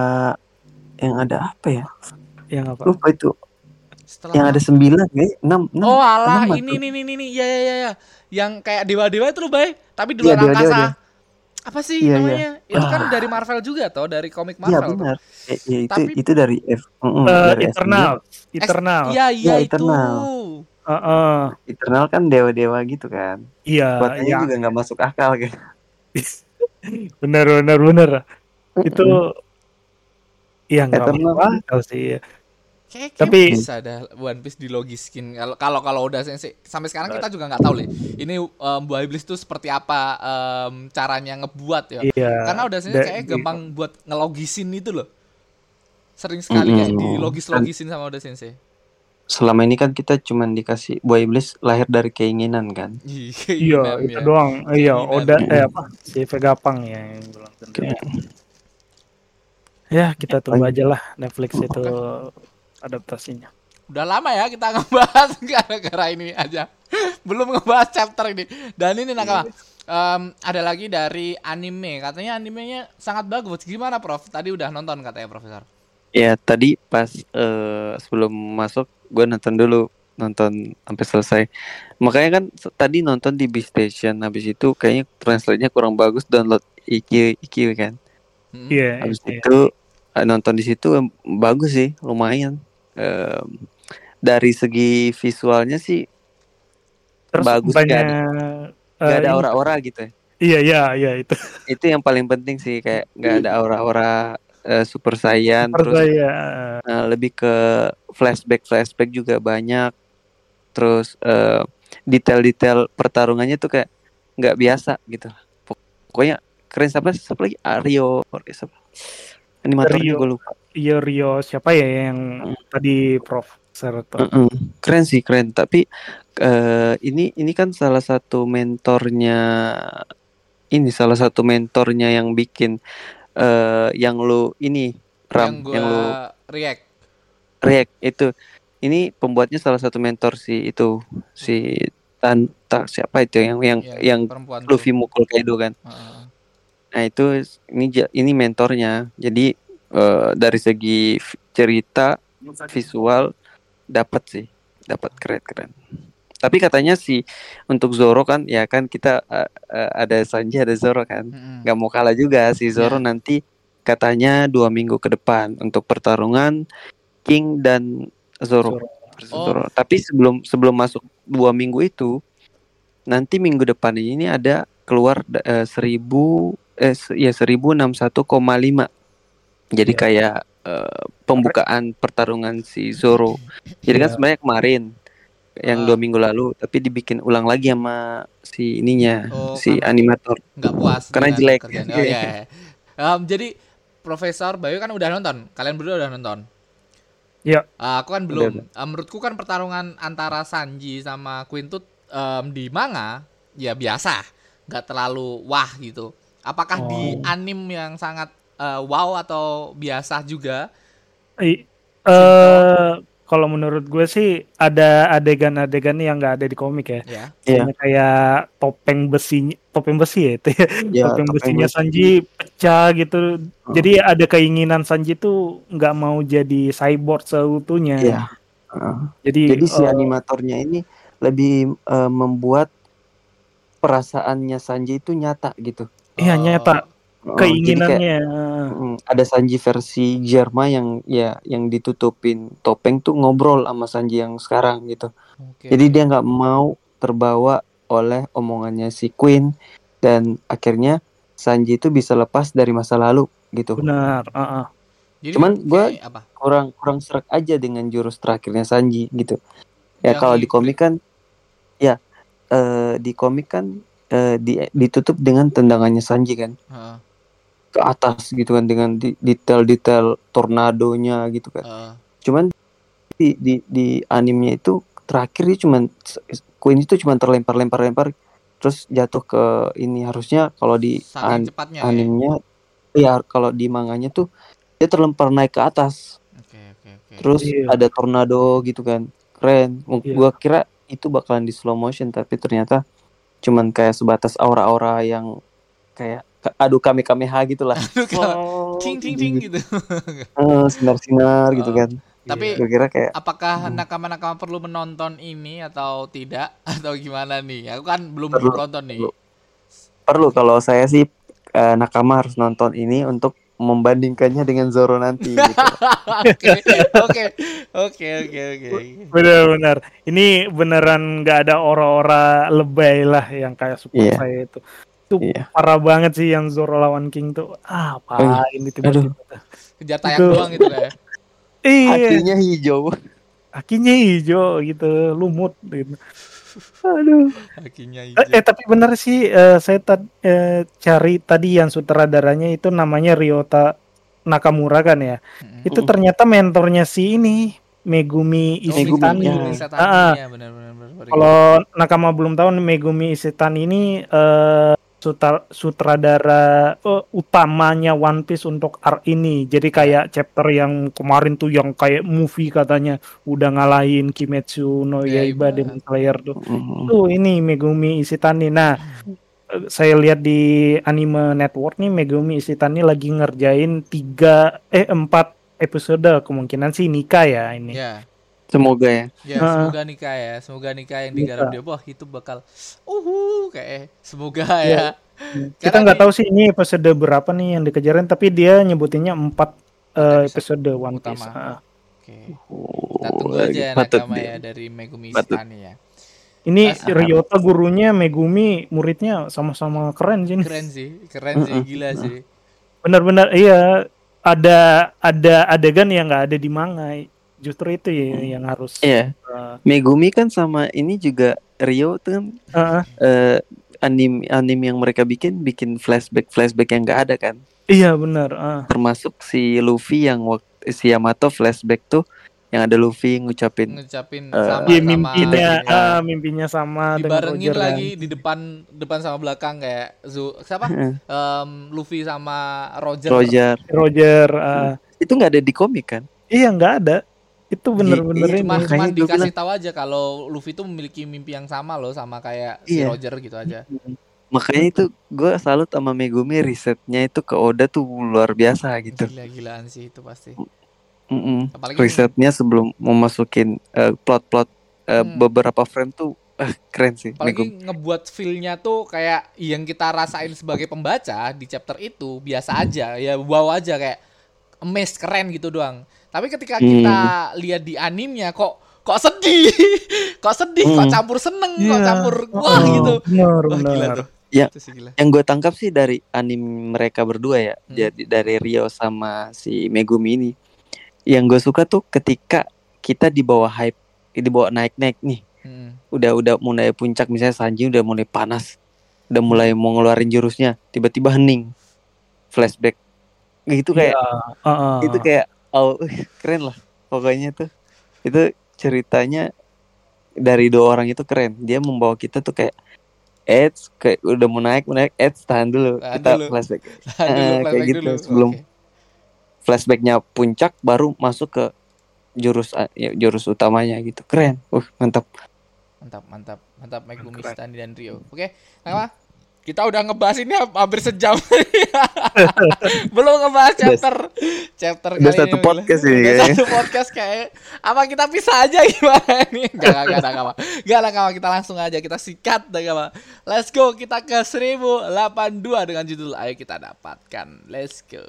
Speaker 2: apa ya?
Speaker 3: Yang apa?
Speaker 2: Lupa itu. Yang ada 9 kayak 6.
Speaker 1: Oh alah, ini. Ya. Yang kayak dewa-dewa itu loh, Bay. Tapi di luar angkasa. Apa sih namanya? Itu kan dari Marvel juga toh, dari komik Marvel.
Speaker 2: Iya benar. Itu dari
Speaker 3: Eternal.
Speaker 1: Iya itu.
Speaker 2: Eternal kan dewa-dewa gitu kan.
Speaker 3: Iya.
Speaker 2: Buatnya juga nggak masuk akal kan.
Speaker 3: Bener. Itu yang nggak masuk akal sih.
Speaker 1: Tapi bisa ada One Piece dilogiskin. Kalau udah Sensei sampai sekarang kita juga nggak tahu nih. Ini buah iblis tuh seperti apa caranya ngebuat ya. Karena udah Sensei kayak gampang buat ngelogisin itu loh. Sering sekali kayak dilogis-logisin sama udah Sensei.
Speaker 2: Selama ini kan kita cuman dikasih buah iblis lahir dari keinginan kan.
Speaker 3: Iya, itu doang. Iya, Oda si Vegapunk ya yang bilang. Ya, kita tunggu aja lah Netflix itu adaptasinya.
Speaker 1: Udah lama ya kita ngebahas gara-gara ini aja. Belum ngebahas chapter ini. Dan ini Nakama, Ada lagi dari anime. Katanya animenya sangat bagus. Gimana, Prof? Tadi udah nonton katanya, Profesor.
Speaker 2: Ya, tadi pas sebelum masuk gue nonton sampai selesai. Makanya kan tadi nonton di B-Station, habis itu kayaknya translate-nya kurang bagus, download IQ kan.
Speaker 3: Iya.
Speaker 2: Habis itu nonton di situ bagus sih, lumayan. Dari segi visualnya sih
Speaker 3: terus
Speaker 2: bagus,
Speaker 3: banyak
Speaker 2: gak ada aura-aura gitu ya.
Speaker 3: Iya itu.
Speaker 2: Itu yang paling penting sih, kayak gak ada aura-aura super saiyan, terus lebih ke flashback juga banyak, terus detail-detail pertarungannya tuh kayak nggak biasa gitu. Pokoknya keren. Siapa lagi? Rio animatornya gue lupa.
Speaker 3: Iya, Rio siapa ya yang tadi Profesor tuh.
Speaker 2: Keren sih, keren. Tapi ini kan salah satu mentornya yang bikin yang lu ini Ram, yang lu
Speaker 1: react
Speaker 2: itu. Ini pembuatnya salah satu mentor si Tanta, siapa itu yang Luffy mukul Kaido kan. Nah itu ini mentornya. Jadi dari segi cerita visual dapat keren. Tapi katanya sih untuk Zoro kan, ya kan kita ada Sanji ada Zoro kan, nggak mau kalah juga si Zoro nanti katanya 2 minggu ke depan untuk pertarungan King dan Zoro. Tapi sebelum masuk 2 minggu itu, nanti minggu depan ini ada keluar 1061,5. Jadi kayak pembukaan pertarungan si Zoro. Jadi kan sebenarnya kemarin yang 2 minggu lalu, tapi dibikin ulang lagi sama si ininya, si animator.
Speaker 1: Nggak puas
Speaker 2: karena jelek.
Speaker 1: Jadi Profesor Bayu kan udah nonton, kalian berdua udah nonton.
Speaker 3: Iya.
Speaker 1: Aku kan belum. Menurutku kan pertarungan antara Sanji sama Queen tuh di manga ya biasa, nggak terlalu wah gitu. Apakah di anime yang sangat wow atau biasa juga?
Speaker 3: Kalau menurut gue sih ada adegan-adegan yang nggak ada di komik ya. Kayak topeng besi ya itu ya. Topeng besinya Sanji pecah gitu. Jadi ada keinginan Sanji tuh nggak mau jadi cyborg seutuhnya.
Speaker 2: Jadi si animatornya ini lebih membuat perasaannya Sanji itu nyata gitu.
Speaker 3: Iya, nyata. Keinginannya.
Speaker 2: Ada Sanji versi Jerma yang ditutupin topeng tuh ngobrol sama Sanji yang sekarang gitu. Jadi dia nggak mau terbawa oleh omongannya si Queen, dan akhirnya Sanji itu bisa lepas dari masa lalu gitu.
Speaker 3: Benar.
Speaker 2: Cuman gue kurang serak aja dengan jurus terakhirnya Sanji gitu. Ya kalau di komik kan ditutup dengan tendangannya Sanji kan. Ke atas gitu kan, dengan detail-detail tornadonya gitu kan. Cuman di animenya itu terakhir dia Queen itu cuma terlempar terus jatuh ke ini. Harusnya kalau di animenya kalau di manganya tuh dia terlempar naik ke atas. Terus ada tornado gitu kan. Keren. Gua kira itu bakalan di slow motion, tapi ternyata cuman kayak sebatas aura-aura yang kayak Kamehameha gitu lah.
Speaker 1: Ting gitu.
Speaker 2: Sinar-sinar gitu kan.
Speaker 1: Tapi
Speaker 2: kira kayak
Speaker 1: apakah nakama-nakama perlu menonton ini atau tidak atau gimana nih? Aku kan belum nonton nih.
Speaker 2: Perlu. Kalau saya sih nakama harus nonton ini untuk membandingkannya dengan Zoro nanti gitu.
Speaker 1: Oke.
Speaker 3: Benar. Ini beneran nggak ada aura-aura lebay lah yang kayak Super saya itu. Itu parah banget sih yang Zoro lawan King tuh. Apa ini tiba-tiba.
Speaker 1: Kejar tayang doang gitu kayak.
Speaker 3: Akinya hijau gitu, lumut gitu. Aduh.
Speaker 1: Akinya hijau.
Speaker 3: Tapi benar sih, saya cari tadi yang sutradaranya itu namanya Ryota Nakamura kan ya. Itu ternyata mentornya si ini, Megumi Ishitani.
Speaker 1: Benar.
Speaker 3: Kalau Nakama belum tahu, Megumi Ishitani ini sutradara utamanya One Piece untuk arc ini. Jadi kayak chapter yang kemarin tuh yang kayak movie katanya udah ngalahin Kimetsu no Yaiba Demon Slayer tuh. Tuh ini Megumi Ishitani. Nah, saya lihat di Anime Network nih, Megumi Ishitani lagi ngerjain 4 episode, kemungkinan sih nikah ya ini.
Speaker 1: Ya.
Speaker 2: Semoga ya.
Speaker 1: Ya, semoga nikah ya. Semoga nikah yang digarap dia. Wah, itu bakal kayak semoga ya.
Speaker 3: Kita nggak tahu sih ini episode berapa nih yang dikejarin, tapi dia nyebutinnya 4 episode One Piece.
Speaker 1: Oke. Kita tunggu aja ya nakama ya dari Megumi Ishitani ya.
Speaker 3: Ini Ryota gurunya, Megumi muridnya sama-sama keren sih.
Speaker 1: Keren sih, gila sih.
Speaker 3: Benar-benar iya, ada adegan yang nggak ada di manga. Justru itu ya yang harus.
Speaker 2: Iya. Megumi kan sama ini juga Rio tuh kan anime yang mereka bikin flashback yang nggak ada kan.
Speaker 3: Iya benar.
Speaker 2: Termasuk si Luffy yang si Yamato flashback tuh yang ada Luffy ngucapin
Speaker 1: sama
Speaker 3: mimpinya sama
Speaker 1: dibarengin dengan lagi di depan sama belakang kayak siapa Luffy sama Roger.
Speaker 2: Itu nggak ada di komik kan?
Speaker 3: Iya nggak ada. Itu bener-bener
Speaker 1: cuma dikasih tahu aja kalau Luffy itu memiliki mimpi yang sama loh sama kayak si Roger gitu aja.
Speaker 2: Makanya itu gue salut sama Megumi, risetnya itu ke Oda tuh luar biasa gitu.
Speaker 1: Gila-gilaan sih itu pasti.
Speaker 2: Risetnya sebelum memasukin plot-plot beberapa frame tuh keren sih.
Speaker 1: Apalagi ngebuat feel-nya tuh kayak yang kita rasain sebagai pembaca di chapter itu biasa aja ya, wow aja kayak amazed, keren gitu doang. Tapi ketika kita lihat di animenya kok sedih, kok campur seneng, kok campur wah gitu.
Speaker 3: Benar.
Speaker 1: Gila tuh.
Speaker 2: Ya, yang gue tangkap sih dari anime mereka berdua ya, jadi dari Rio sama si Megumi ini. Yang gue suka tuh ketika kita dibawa hype, dibawa naik-naik nih. Udah mulai puncak, misalnya Sanji udah mulai panas, udah mulai mau ngeluarin jurusnya, tiba-tiba hening, flashback, gitu kayak, itu kayak, keren lah, pokoknya tuh, itu ceritanya dari dua orang itu keren. Dia membawa kita tuh kayak, kayak udah mau naik, tahan dulu, kita flashback, kayak gitu dulu. Sebelum flashbacknya puncak baru masuk ke jurus utamanya gitu. Keren. Mantap
Speaker 1: Megumi Ishitani dan Rio. Oke. Nah, kita udah ngebahas ini hampir sejam. Belum ngebahas chapter kali ini.
Speaker 2: Satu podcast ini kayaknya.
Speaker 1: Satu podcast kayak apa kita pisah aja gimana ini? Enggak ada. Kita langsung aja kita sikat dah. Let's go, kita ke 1082 dengan judul Ayo Kita Dapatkan. Let's go.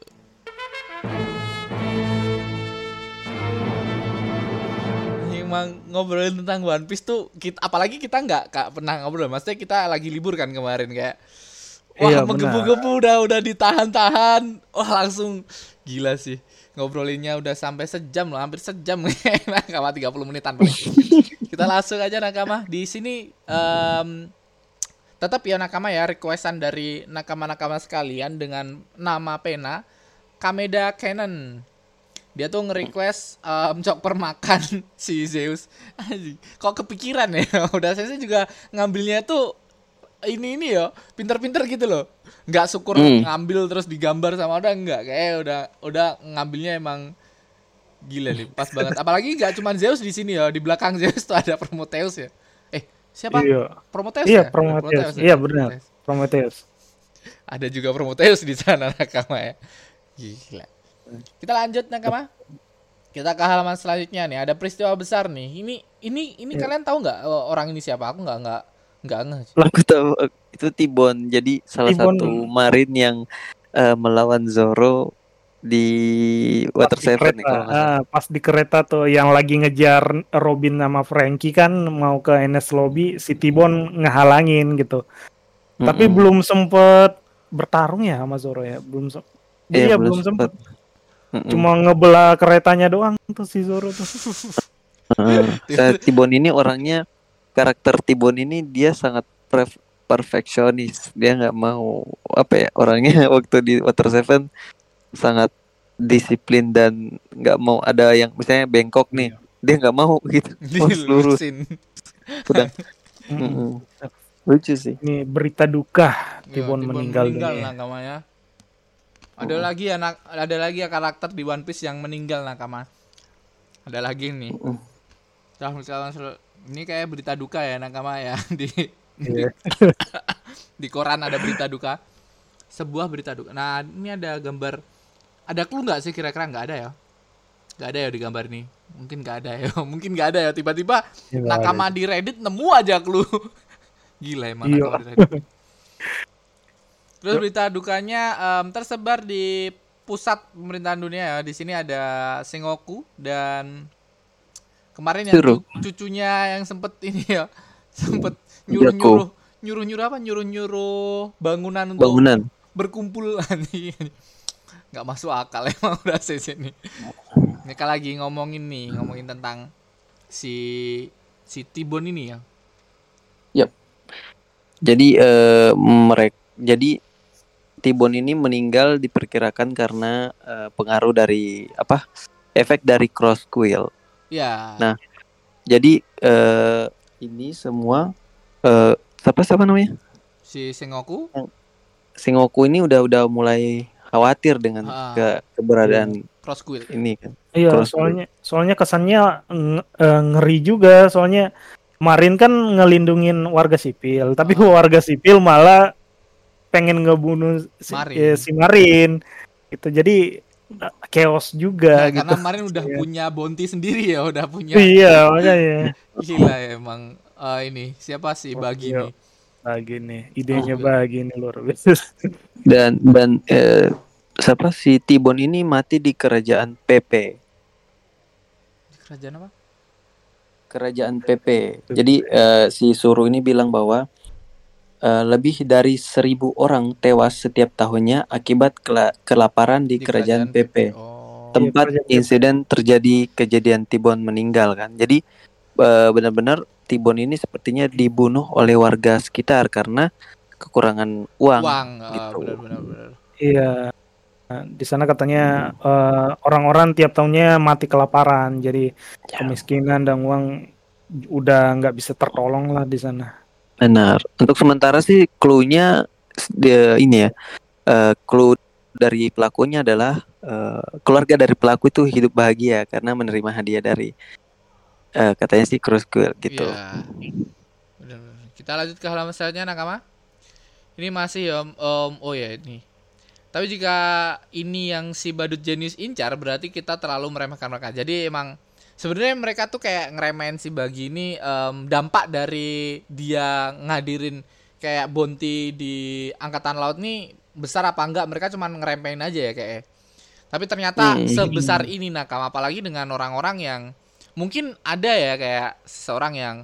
Speaker 1: Emang ngobrolin tentang One Piece tuh apalagi kita nggak pernah ngobrol, maksudnya kita lagi libur kan kemarin kayak menggebu-gebu udah ditahan-tahan, langsung gila sih ngobrolinnya udah sampai sejam loh, hampir sejam nakama 30 menitan paling. Kita langsung aja nakama di sini tetap ya nakama ya, requestan dari nakama-nakama sekalian dengan nama pena Kameda Cannon. Dia tuh nge-request chopper makan si Zeus. Kok kepikiran ya? Udah saya juga ngambilnya tuh ini ya, pinter-pinter gitu loh. Nggak syukur ngambil terus digambar sama Oda, enggak. Kayak udah ngambilnya emang gila nih, pas banget. Apalagi nggak cuma Zeus di sini ya, di belakang Zeus tuh ada Prometheus ya. Siapa?
Speaker 3: Iya.
Speaker 1: Prometheus
Speaker 3: ya?
Speaker 1: Iya,
Speaker 3: Prometheus. Iya, benar. Prometheus.
Speaker 1: Ada juga Prometheus di sana nakama ya. Gila. Kita lanjut nakama. Kita ke halaman selanjutnya nih. Ada peristiwa besar nih. Ini kalian tahu nggak orang ini siapa? Aku nggak ngeh.
Speaker 2: Aku tahu itu Tibon. Jadi salah satu marin yang melawan Zoro di Water Seven nih kalau nggak salah.
Speaker 3: Pas di kereta tuh yang lagi ngejar Robin sama Frankie kan mau ke NS Lobby, si Tibon ngehalangin gitu. Tapi belum sempet bertarung ya sama Zoro ya. Belum sempet. Cuma ngebelah keretanya doang tuh si Zoro tuh.
Speaker 2: Tibon ini orangnya, karakter Tibon ini dia sangat perfeksionis. Dia nggak mau orangnya waktu di Water Seven sangat disiplin dan nggak mau ada yang misalnya bengkok nih, dia nggak mau gitu. Lurus. Sudah. Lucu sih.
Speaker 3: Ini berita duka Tibon meninggal
Speaker 1: nakamanya. Ada lagi ya karakter di One Piece yang meninggal nakama. Ada lagi nih. Ini kayak berita duka ya nakama ya Di koran ada berita duka. Sebuah berita duka. Nah, ini ada gambar. Ada clue nggak sih kira-kira? Nggak ada ya? Nggak ada ya di gambar ini. Mungkin nggak ada ya. Mungkin nggak ada ya. Tiba-tiba nakama di Reddit nemu aja clue. Gila emang nakama di Reddit. Terus berita dukanya tersebar di pusat pemerintahan dunia ya. Di sini ada Sengoku dan kemarin yang cucunya yang sempet ini ya, sempet nyuruh bangunan untuk berkumpul nih. Nggak masuk akal emang udah sini. Mereka lagi ngomongin tentang si Tibon ini ya.
Speaker 2: Yap. Jadi Tibon ini meninggal diperkirakan karena pengaruh dari efek dari cross quill.
Speaker 1: Ya.
Speaker 2: Nah, jadi ini semua siapa namanya?
Speaker 1: Si Sengoku.
Speaker 2: Sengoku ini udah mulai khawatir dengan keberadaan
Speaker 1: cross quill
Speaker 2: ini kan.
Speaker 3: Iya, soalnya kesannya ngeri juga, soalnya kemarin kan ngelindungin warga sipil, tapi warga sipil malah pengen ngebunuh si Marin gitu. Jadi chaos juga gitu.
Speaker 1: Karena Marin udah punya bounty sendiri ya, udah punya.
Speaker 3: Iya, makanya.
Speaker 1: Gila emang ini siapa sih Bagi nih?
Speaker 3: Bagi nih, idenya Bagi nih luar biasa.
Speaker 2: Dan siapa si Tibon ini mati di kerajaan PP.
Speaker 1: Kerajaan apa?
Speaker 2: Kerajaan PP. Jadi si Suru ini bilang bahwa lebih dari 1.000 orang tewas setiap tahunnya akibat kelaparan di kerajaan PP. Tempat insiden terjadi kejadian Tibon meninggal kan. Jadi benar-benar Tibon ini sepertinya dibunuh oleh warga sekitar karena kekurangan uang gitu.
Speaker 1: Benar.
Speaker 3: Iya. Di sana katanya orang-orang tiap tahunnya mati kelaparan, jadi kemiskinan dan uang udah nggak bisa tertolong lah di sana.
Speaker 2: Benar. Untuk sementara sih clue-nya ini ya. Clue dari pelakunya adalah keluarga dari pelaku itu hidup bahagia karena menerima hadiah dari katanya sih cross quill gitu.
Speaker 1: Ya. Benar. Kita lanjut ke halaman selanjutnya nakama. Ini masih ini. Tapi jika ini yang si badut jenius incar, berarti kita terlalu meremehkan mereka. Jadi emang sebenarnya mereka tuh kayak ngeremehin si Bagi ini dampak dari dia ngadirin kayak bounty di angkatan laut nih besar apa enggak, mereka cuma ngeremehin aja ya kayak. Tapi ternyata sebesar ini nakam, apalagi dengan orang-orang yang mungkin ada ya kayak seseorang yang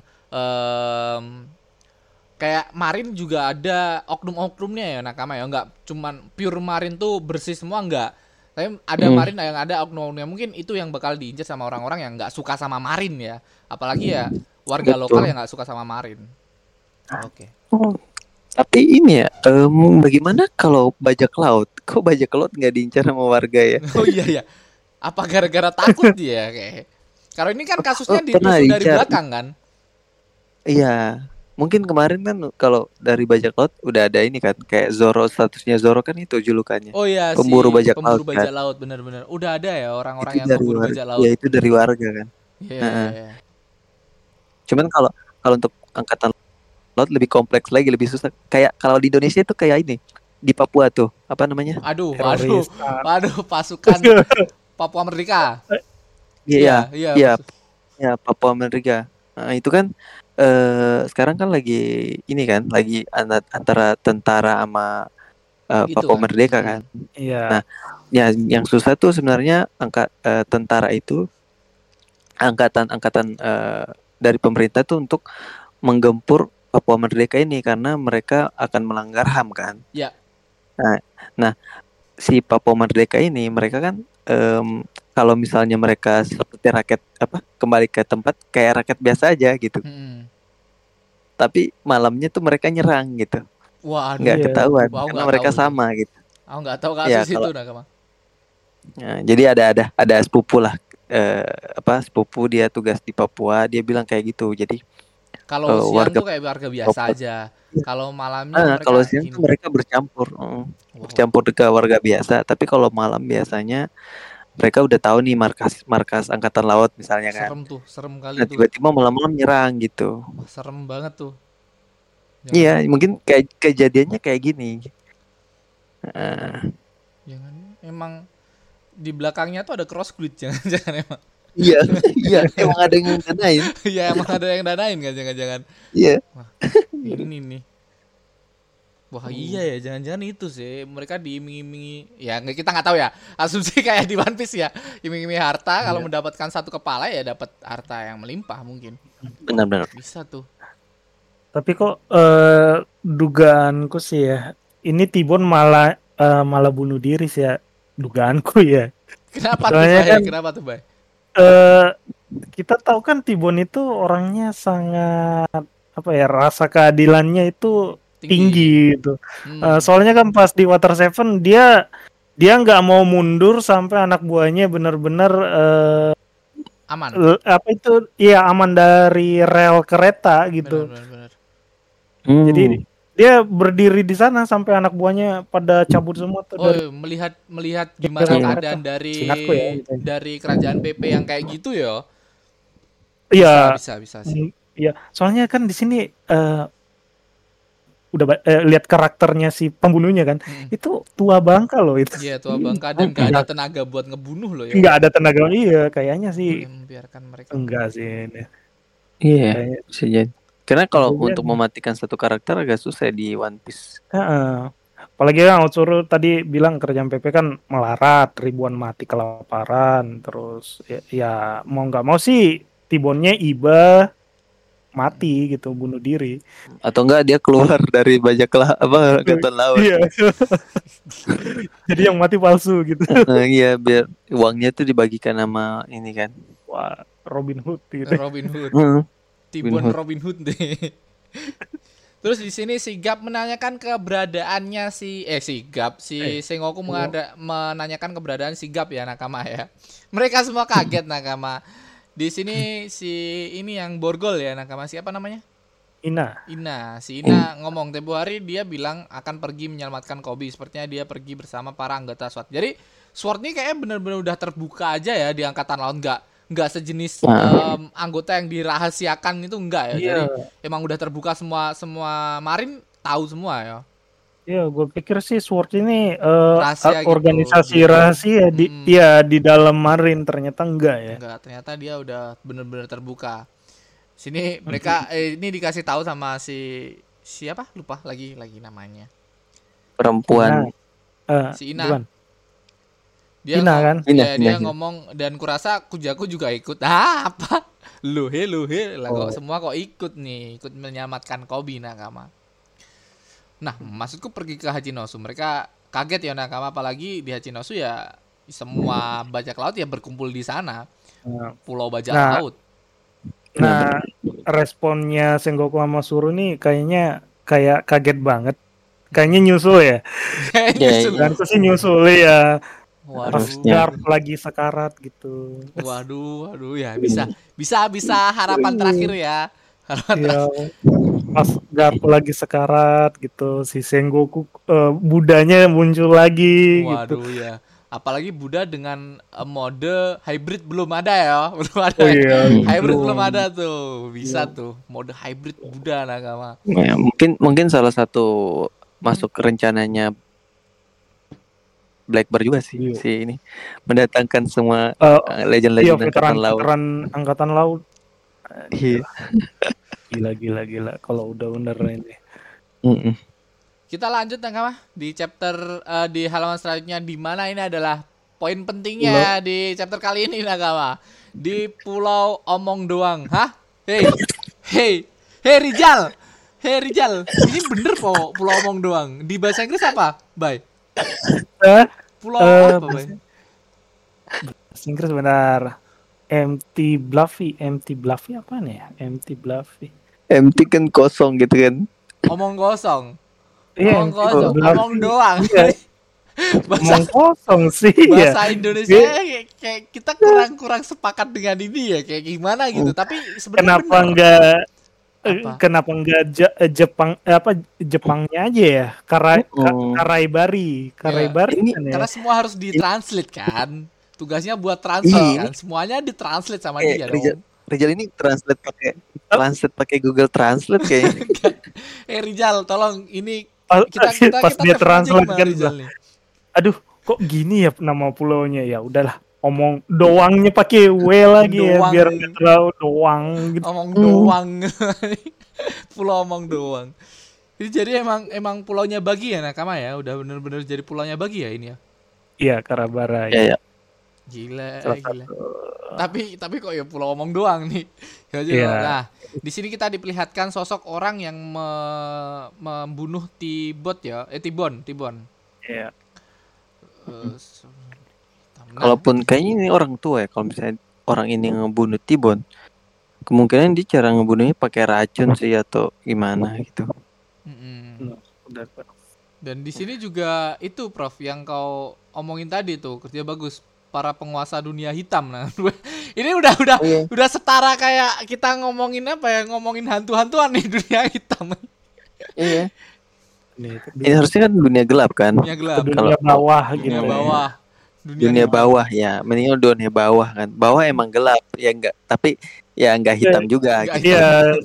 Speaker 1: kayak Marin juga ada oknum-oknumnya ya nakama ya, enggak cuman pure Marin tuh bersih semua enggak. Tapi ada Marin yang ada oknum-oknumnya, mungkin itu yang bakal diincar sama orang-orang yang enggak suka sama Marin ya. Apalagi ya warga lokal yang enggak suka sama Marin. Oke.
Speaker 2: Tapi ini ya, bagaimana kalau bajak laut? Kok bajak laut nggak diincar sama warga ya?
Speaker 1: Oh iya. Apa gara-gara takut dia kayak? Karena ini kan kasusnya ditusuk dari belakang kan?
Speaker 2: Iya. Mungkin kemarin kan kalau dari bajak laut udah ada ini kan, kayak Zoro, statusnya Zoro kan itu julukannya.
Speaker 1: Oh iya,
Speaker 2: pemburu bajak
Speaker 1: laut.
Speaker 2: Pemburu bajak
Speaker 1: laut benar-benar. Udah ada ya orang-orang
Speaker 2: itu
Speaker 1: yang pemburu bajak laut.
Speaker 2: Ya itu dari warga kan.
Speaker 1: Iya.
Speaker 2: Cuman kalau untuk angkatan laut lebih kompleks lagi, lebih susah. Kayak kalau di Indonesia itu kayak ini. Di Papua tuh, apa namanya?
Speaker 1: Aduh, pasukan Papua Merdeka.
Speaker 2: Iya, Papua Merdeka. Nah, itu kan sekarang kan lagi ini kan, lagi antara tentara sama gitu Papua kan? Merdeka kan.
Speaker 3: Iya.
Speaker 2: Nah, ya yang susah tuh sebenarnya tentara itu angkatan dari pemerintah tuh untuk menggempur Papua Merdeka ini karena mereka akan melanggar HAM kan.
Speaker 1: Iya.
Speaker 2: Nah, si Papua Merdeka ini mereka kan kalau misalnya mereka seperti rakyat kembali ke tempat kayak rakyat biasa aja gitu. Tapi malamnya tuh mereka nyerang gitu.
Speaker 1: Wah,
Speaker 2: nggak ketahuan karena mereka sama gitu.
Speaker 1: Aku nggak tahu kasus itu nakama.
Speaker 2: Nah, jadi ada sepupu lah, sepupu dia tugas di Papua, dia bilang kayak gitu. Jadi
Speaker 1: kalau siang tuh kayak warga biasa aja. Kalau malamnya
Speaker 2: kalau siang tuh mereka bercampur dengan warga biasa. Tapi kalau malam biasanya mereka udah tahu nih markas angkatan laut misalnya kan.
Speaker 1: Serem kali tuh.
Speaker 2: Tiba-tiba malam-malam nyerang gitu.
Speaker 1: Wah, serem banget tuh.
Speaker 2: Iya, mungkin kayak kejadiannya kayak gini.
Speaker 1: Jangan emang di belakangnya tuh ada crossbreed, jangan emang.
Speaker 2: Iya, iya, emang ada yang danain.
Speaker 1: Iya, emang ada yang danain kan, jangan.
Speaker 2: Iya.
Speaker 1: Wah, ini nih. Wah, iya ya, jangan-jangan itu sih. Mereka diiming-imingi. Ya, kita nggak tahu ya. Asumsi kayak di One Piece ya. Iming-imingi harta, kalau mendapatkan satu kepala ya dapat harta yang melimpah mungkin.
Speaker 2: Benar-benar.
Speaker 1: Bisa tuh.
Speaker 3: Tapi kok dugaanku sih ya, ini Tibon malah bunuh diri sih ya, dugaanku ya.
Speaker 1: Kenapa tuh, Bay?
Speaker 3: Kan,
Speaker 1: kenapa tuh, Bay?
Speaker 3: Kita tahu kan Tibon itu orangnya sangat rasa keadilannya itu tinggi gitu. Soalnya kan pas di Water Seven dia nggak mau mundur sampai anak buahnya benar-benar
Speaker 1: aman.
Speaker 3: Aman dari rel kereta gitu.
Speaker 1: Benar.
Speaker 3: Jadi dia berdiri di sana sampai anak buahnya pada cabut semua tuh.
Speaker 1: Melihat gimana keadaan dari kerajaan PP yang kayak gitu ya.
Speaker 3: Iya.
Speaker 1: Bisa sih.
Speaker 3: Iya, soalnya kan di sini udah lihat karakternya si pembunuhnya kan. Itu tua bangka loh itu.
Speaker 1: Iya, tua bangka dan gak ada tenaga buat ngebunuh loh ya.
Speaker 3: Enggak ada tenaga, iya kayaknya sih.
Speaker 1: Membiarkan mereka.
Speaker 3: Enggak sih.
Speaker 2: Iya, bisa jadi. Karena kalau untuk mematikan satu karakter agak susah di One Piece.
Speaker 3: Apalagi yang Otsuru tadi bilang kerajaan PP kan melarat, ribuan mati kelaparan, terus ya mau nggak mau sih Tibonnya Iba mati gitu, bunuh diri.
Speaker 2: Atau enggak dia keluar dari bajak angkatan laut.
Speaker 3: Iya. Jadi yang mati palsu gitu.
Speaker 2: Iya, biar uangnya tuh dibagikan sama ini kan.
Speaker 3: Wah, Robin Hood gitu.
Speaker 1: Robin Hood. Tibon Robin Hood deh. Terus di sini si Gap menanyakan keberadaannya si Sengoku menanyakan keberadaan si Gap ya, Nakama ya. Mereka semua kaget, Nakama. Di sini si ini yang borgol ya, Nakama, siapa namanya?
Speaker 3: Ina.
Speaker 1: Si Ina ngomong tempo hari dia bilang akan pergi menyelamatkan Kobe. Sepertinya dia pergi bersama para anggota SWAT. Jadi SWAT ini kayaknya benar-benar udah terbuka aja ya di angkatan laut, nggak sejenis anggota yang dirahasiakan itu enggak ya. Jadi emang udah terbuka semua marin tahu semua ya.
Speaker 3: Iya, gue pikir sih SWORD ini
Speaker 1: gitu.
Speaker 3: organisasi rahasia di dalam marin, ternyata enggak ya.
Speaker 1: Enggak, ternyata dia udah benar-benar terbuka. Sini mereka ini dikasih tahu sama siapa? Lupa lagi namanya.
Speaker 2: Perempuan.
Speaker 1: Si Ina. Dia ngomong dan kurasa Kujaku juga ikut. Apa? Lohe lah kok semua kok ikut menyelamatkan Kobe, Nakama. Nah, maksudku pergi ke Hachinosu. Mereka kaget ya, Nakama, apalagi di Hachinosu ya semua bajak laut ya berkumpul di sana. Pulau bajak laut.
Speaker 3: Nah, responnya Sengoku sama Suru nih kayaknya kayak kaget banget. Kayaknya nyusul ya. Dan aku sih nyusul ya. Waduh. Garp lagi sekarat gitu.
Speaker 1: Waduh ya bisa harapan terakhir ya.
Speaker 3: Pas Garp lagi sekarat gitu, si Sengoku Budanya muncul lagi.
Speaker 1: Waduh gitu. Ya. Apalagi Buddha dengan mode hybrid belum ada ya. Hybrid belum ada tuh. Bisa tuh mode hybrid Buddha, Nakama.
Speaker 2: Ya, mungkin salah satu masuk ke rencananya Blackbird juga sih si ini mendatangkan semua legend-legend
Speaker 3: angkatan laut. Gila kalau udah bener ini.
Speaker 1: Kita lanjut, Nakama, di chapter di halaman selanjutnya, di mana ini adalah poin pentingnya di chapter kali ini, Nakama. Di Pulau Omong Doang. Hah? Hey Rijal. Ini bener kok Pulau Omong Doang. Di bahasa Inggris apa? Bye. Pulau apa, Bay?
Speaker 3: Bahasa Inggris benar. Empty Bluffy apa nih ya? Empty Bluffy.
Speaker 2: Empty kan kosong gitu kan.
Speaker 1: Omong kosong. Omong doang.
Speaker 3: Omong kosong sih.
Speaker 1: Bahasa Indonesia kayak kita kurang sepakat dengan ini ya, kayak gimana gitu. Tapi sebenarnya kenapa enggak Jepangnya aja ya? Karaibari ini kan, karena semua harus ditranslate kan. Tugasnya buat translate kan. Semuanya ditranslate sama dia dong.
Speaker 2: Rijal ini translate pakai translate pakai Google Translate kayaknya.
Speaker 1: Rizal, tolong ini
Speaker 3: kita pas dia translate kan aduh kok gini ya nama pulaunya, ya udahlah omong doangnya pakai W lagi doang. Ya biar nggak terlalu doang gitu.
Speaker 1: Omong doang. Pulau omong doang. Jadi emang pulaunya Bagi ya Nakama ya, udah bener-bener jadi pulaunya Bagi ya ini ya.
Speaker 3: Iya, Karabara
Speaker 2: ya.
Speaker 1: Gila. Tapi kok ya pulau omong doang nih. Ya. Nah, di sini kita diperlihatkan sosok orang yang membunuh Tibon ya. Tibon.
Speaker 3: Iya.
Speaker 2: Kalaupun kayaknya ini orang tua ya, kalau misalnya orang ini ngebunuh Tibon, kemungkinan dia cara ngebunuhnya pakai racun sih atau gimana gitu.
Speaker 1: Dan di sini juga itu Prof yang kau omongin tadi tuh, kerja bagus para penguasa dunia hitam. Nah, ini udah setara kayak kita ngomongin ngomongin hantu-hantuan nih dunia hitam.
Speaker 2: Iya. Ini harusnya kan dunia gelap kan?
Speaker 1: Dunia gelap.
Speaker 3: Dunia bawah gitu.
Speaker 2: Dunia bawah ya, mendingan dunia bawah kan. Bawah emang gelap ya enggak, tapi ya enggak hitam juga.
Speaker 3: Iya,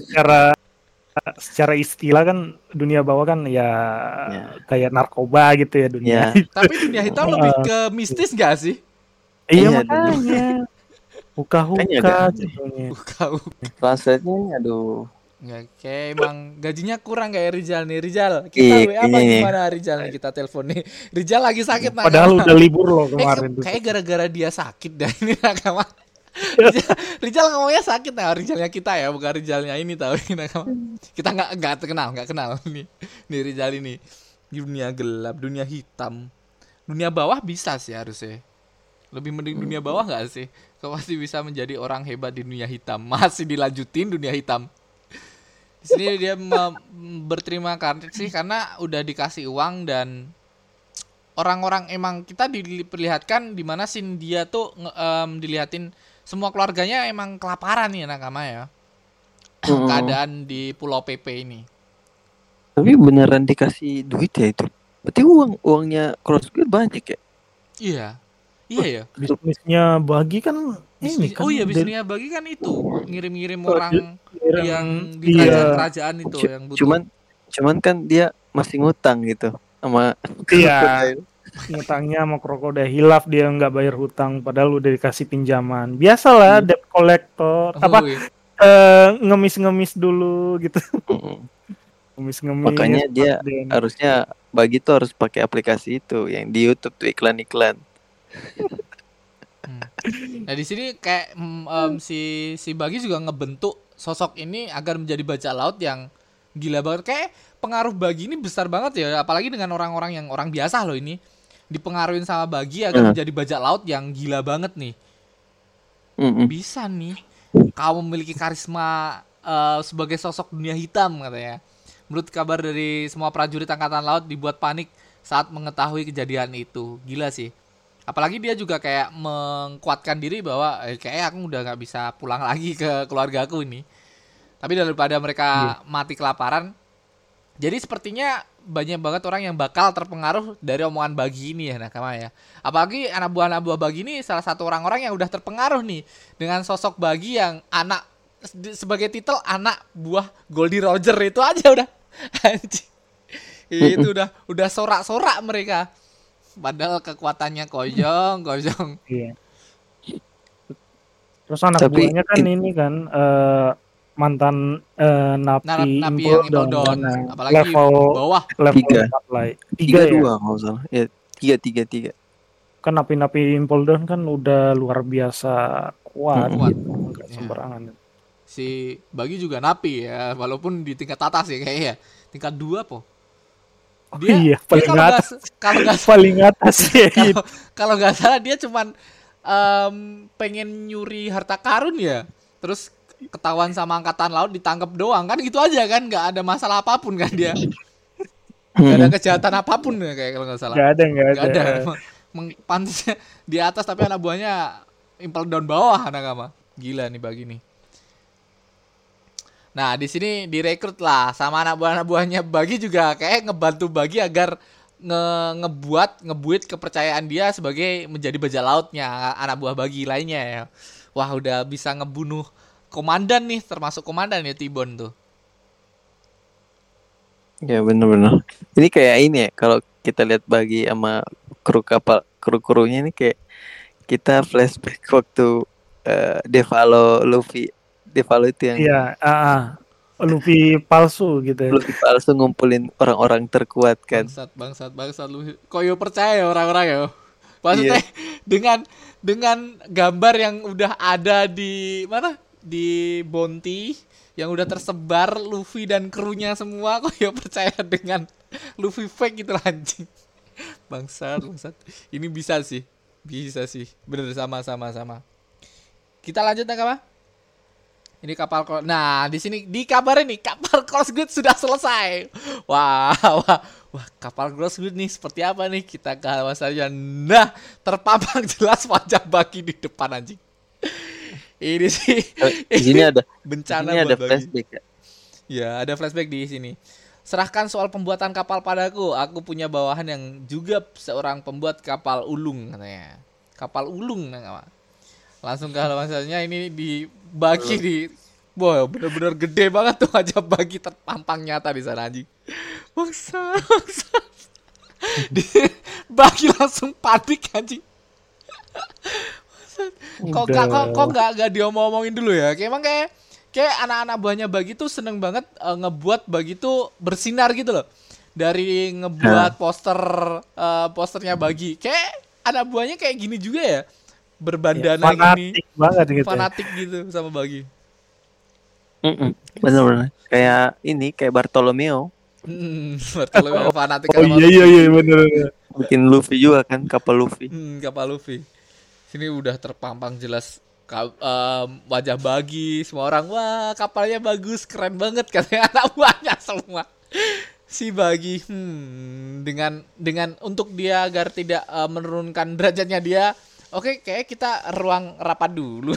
Speaker 3: secara istilah kan dunia bawah kan ya kayak narkoba gitu ya dunia.
Speaker 1: Tapi dunia hitam lebih ke mistis gak sih?
Speaker 3: Iya makanya. Huka-huka.
Speaker 2: Translate-nya aduh.
Speaker 1: Kayak emang gajinya kurang kayak Rizal nih. Rizal, kita WA apa gimana Rizal nih, kita telepon nih. Rizal lagi sakit Nakama.
Speaker 3: Padahal udah libur loh kemarin.
Speaker 1: Kayak gara-gara dia sakit dah ini Nakama. Rizal ngomongnya sakit nah, Rizalnya kita ya, bukan Rizalnya ini tahu Nakama. Kita nggak kenal nih Rizal ini. Dunia gelap, dunia hitam, dunia bawah bisa sih harusnya. Lebih mending dunia bawah nggak sih? Kau pasti bisa menjadi orang hebat di dunia hitam. Masih dilanjutin dunia hitam. Di sini dia berterima kasih sih karena udah dikasih uang, dan orang-orang emang kita diperlihatkan di mana scene dia tuh dilihatin semua keluarganya emang kelaparan nih Nakama ya. Keadaan di Pulau PP ini.
Speaker 2: Tapi beneran dikasih duit ya itu? Berarti uangnya Crossguard banyak ya?
Speaker 1: Iya ya.
Speaker 3: Bisnisnya Bagi kan ini kan.
Speaker 1: Oh iya, bisnisnya Bagi kan itu ngirim-ngirim orang yang di kerajaan itu yang butuh.
Speaker 2: Cuman kan dia masih ngutang gitu sama
Speaker 3: ngutangnya sama krokodil hilaf, dia nggak bayar hutang padahal udah dikasih pinjaman. Biasalah debt collector ngemis dulu gitu. Ngemis.
Speaker 2: Makanya dia harusnya Bagi tuh harus pakai aplikasi itu yang di YouTube tuh iklan-iklan.
Speaker 1: Nah di sini kayak si Bagi juga ngebentuk sosok ini agar menjadi bajak laut yang gila banget. Kayak pengaruh Bagi ini besar banget ya, apalagi dengan orang-orang yang orang biasa loh ini dipengaruhin sama Bagi agar menjadi bajak laut yang gila banget nih. Bisa nih kau memiliki karisma sebagai sosok dunia hitam katanya. Menurut kabar dari semua prajurit angkatan laut dibuat panik saat mengetahui kejadian itu. Gila sih. Apalagi dia juga kayak mengkuatkan diri bahwa kayak aku udah gak bisa pulang lagi ke keluarga aku ini. Tapi daripada mereka mati kelaparan, jadi sepertinya banyak banget orang yang bakal terpengaruh dari omongan Bagi ini ya Nakama ya. Apalagi anak buah Bagi ini salah satu orang-orang yang udah terpengaruh nih dengan sosok Bagi yang anak sebagai titel anak buah Goldie Roger itu aja udah. Itu udah sorak-sorak mereka. Padahal kekuatannya kojong.
Speaker 3: Iya. Terus anak buahnya kan ini kan mantan napi
Speaker 1: Impel-Down. Apalagi
Speaker 3: level
Speaker 1: bawah
Speaker 3: level 3 ya.
Speaker 2: 2 enggak salah. Ya, 3.
Speaker 3: Kan napi Impel-Down kan udah luar biasa kuat. Gitu. Enggak sembarangan.
Speaker 1: Si Bagi juga napi ya, walaupun di tingkat atas ya kayaknya. Tingkat 2 po. Dia
Speaker 3: paling atas.
Speaker 1: Kalau nggak salah dia cuman pengen nyuri harta karun ya, terus ketahuan sama angkatan laut ditangkap doang kan gitu aja kan, nggak ada masalah apapun kan dia, nggak ada kejahatan apapun ya kayak kalau nggak salah.
Speaker 3: Nggak ada.
Speaker 1: Pantasnya di atas tapi anak buahnya Impel-Down bawah Nakama. Gila nih Bagi nih. Nah di sini direkrut lah sama anak buahnya Bagi juga kayak ngebantu Bagi agar ngebuat kepercayaan dia sebagai menjadi bajak lautnya anak buah Bagi lainnya ya. Wah udah bisa ngebunuh komandan nih, termasuk komandan ya T-Bone tuh.
Speaker 2: Ya benar-benar. Ini kayak ini ya, kalau kita lihat Bagi sama kru-krunya ini kayak kita flashback waktu Devalo Luffy. Devalo itu yang
Speaker 3: Luffy palsu gitu.
Speaker 2: Luffy palsu ngumpulin orang-orang terkuat kan.
Speaker 1: Bangsat Luffy. Kok yo percaya orang-orang yo. Maksudnya dengan gambar yang udah ada di mana? Di Bounty yang udah tersebar Luffy dan krunya semua, kok ya percaya dengan Luffy fake gitu anjing. Bangsat. Ini bisa sih. Bener sama. Kita lanjut apa? Ini kapal nah, di sini dikabarin nih kapal Crossguard sudah selesai. Wah, kapal Crossguard nih seperti apa nih? Kita ke saja. Nah, terpampang jelas wajah Bagi di depan anjing. Ini sih
Speaker 2: di sini ada
Speaker 1: bencana
Speaker 2: ini
Speaker 1: buat
Speaker 2: ada flashback ya.
Speaker 1: Ya, ada flashback di sini. Serahkan soal pembuatan kapal padaku. Aku punya bawahan yang juga seorang pembuat kapal ulung katanya. Kapal ulung nama. Langsung ke halamannya ini dibagi di wow, bener-bener gede banget tuh wajah Bagi terpampang nyata di sana anjing. Bangsa. Bagi langsung panik anjing. Kok nggak diomong-omongin dulu ya? Kayak anak-anak buahnya Bagi tuh seneng banget ngebuat Bagi tuh bersinar gitu loh. Dari ngebuat posternya Bagi. Kayak anak buahnya kayak gini juga ya. Berbandana gini. Fanatik gitu sama Bagi.
Speaker 2: Bener-bener. Kayak Bartolomeo.
Speaker 1: Bartolomeo fanatik.
Speaker 3: Oh iya bener.
Speaker 2: Bikin Luffy juga kan, kapal Luffy.
Speaker 1: Kapal Luffy. Sini udah terpampang jelas wajah Bagi, semua orang wah kapalnya bagus, keren banget katanya anak buahnya semua. Si Bagi dengan untuk dia agar tidak menurunkan derajatnya dia, oke, kayak kita ruang rapat dulu.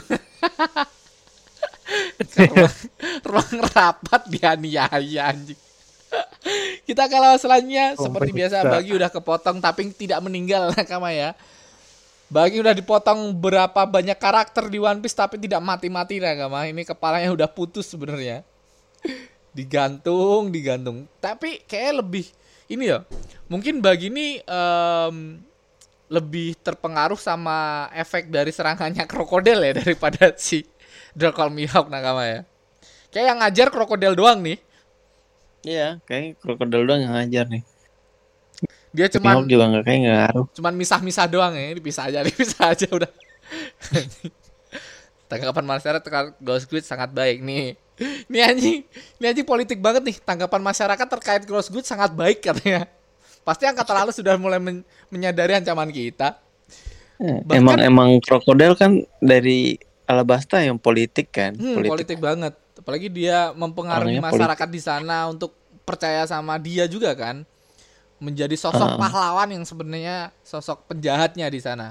Speaker 1: ruang rapat dianiaya anjing. Kita kalau selanjutnya seperti biasa Bagi udah kepotong tapi tidak meninggal nakama ya. Bagi udah dipotong berapa banyak karakter di One Piece tapi tidak mati-mati nakama. Ini kepalanya udah putus sebenarnya. Digantung. Tapi kayak lebih ini ya. Mungkin Bagi ini lebih terpengaruh sama efek dari serangannya krokodil ya daripada si Drakor Mihawk nakama ya. Kayak yang ngajar krokodil doang nih.
Speaker 2: Iya, kayak krokodil doang yang ngajar nih.
Speaker 1: Dia cuman
Speaker 2: juga nggak ngaruh.
Speaker 1: Cuman misah-misah doang ya, dipisah aja udah. Tanggapan masyarakat terkait Ghost Squid sangat baik nih. Ini anjing politik banget nih. Tanggapan masyarakat terkait Ghost Squid sangat baik katanya. Pasti angkatan lalu sudah mulai menyadari ancaman kita.
Speaker 2: Emang krokodil kan dari Alabasta yang politik kan.
Speaker 1: Politik banget. Apalagi dia mempengaruhi masyarakat di sana untuk percaya sama dia juga kan. Menjadi sosok pahlawan yang sebenarnya sosok penjahatnya di sana.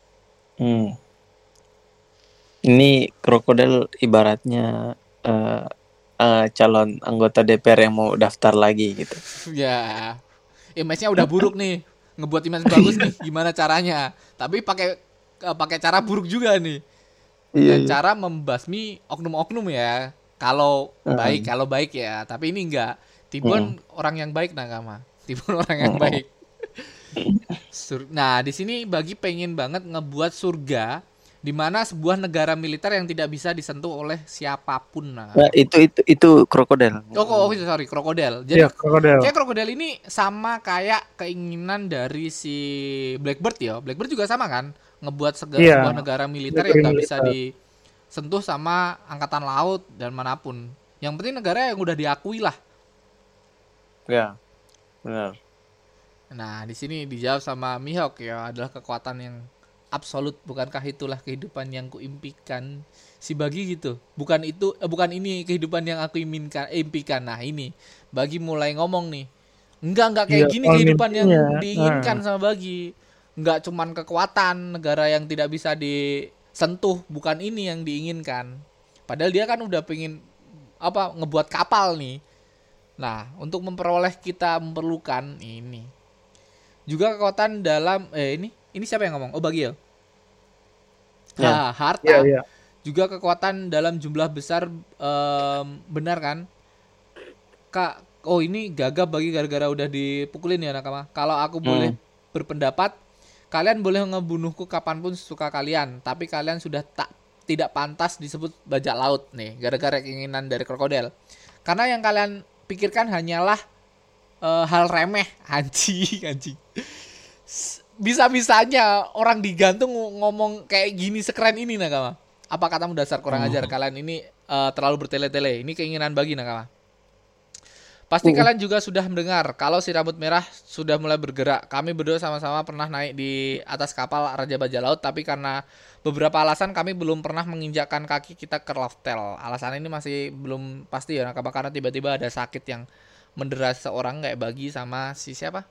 Speaker 2: Ini krokodil ibaratnya calon anggota DPR yang mau daftar lagi gitu.
Speaker 1: Ya, image-nya udah buruk nih, ngebuat image bagus nih, gimana caranya? Tapi pakai cara buruk juga nih. Dengan cara membasmi oknum-oknum ya. Kalau baik ya, tapi ini enggak. T-Bone orang yang baik nakama. T-Bone orang yang baik. Nah, di sini Bagi pengen banget ngebuat surga di mana sebuah negara militer yang tidak bisa disentuh oleh siapapun. Nah,
Speaker 2: itu krokodil.
Speaker 1: Sorry, krokodil. Jadi
Speaker 3: krokodil.
Speaker 1: Kayak krokodil ini sama kayak keinginan dari si Blackbird ya. Blackbird juga sama kan, ngebuat sebuah negara militer yang nggak bisa disentuh sama angkatan laut dan manapun. Yang penting negara yang udah diakui lah.
Speaker 2: Ya. Benar.
Speaker 1: Nah, di sini dijawab sama Mihawk ya, adalah kekuatan yang absolut, bukankah itulah kehidupan yang kuimpikan? Si Bagi gitu. Bukan ini kehidupan yang aku impikan. Nah, ini Bagi mulai ngomong nih. Enggak kayak gini kehidupan yang diinginkan sama Bagi. Enggak cuman kekuatan negara yang tidak bisa disentuh, bukan ini yang diinginkan. Padahal dia kan udah pengen ngebuat kapal nih. Nah, untuk memperoleh kita memerlukan ini. Juga kekuatan dalam ini siapa yang ngomong? Oh, Bagi ya. Harta. juga kekuatan dalam jumlah besar, benar kan? Kak, oh ini gagap bagi gara-gara udah dipukulin ya nakama. Kalau aku boleh berpendapat, kalian boleh ngebunuhku kapanpun sesuka kalian, tapi kalian sudah tidak pantas disebut bajak laut nih, gara-gara keinginan dari krokodil. Karena yang kalian pikirkan hanyalah hal remeh, anjing. Bisa-bisanya orang digantung ngomong kayak gini sekeren ini nakama. Apa katamu dasar kurang ajar, kalian ini terlalu bertele-tele. Ini keinginan bagi nakama. Pasti kalian juga sudah mendengar kalau si rambut merah sudah mulai bergerak. Kami berdua sama-sama pernah naik di atas kapal Raja Bajak Laut, tapi karena beberapa alasan kami belum pernah menginjakkan kaki kita ke Loftel. Alasan ini masih belum pasti ya nakama, karena tiba-tiba ada sakit yang mendera seorang kayak bagi sama si siapa?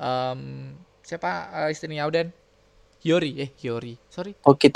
Speaker 1: Istrinya Auden? Hiyori. Sorry.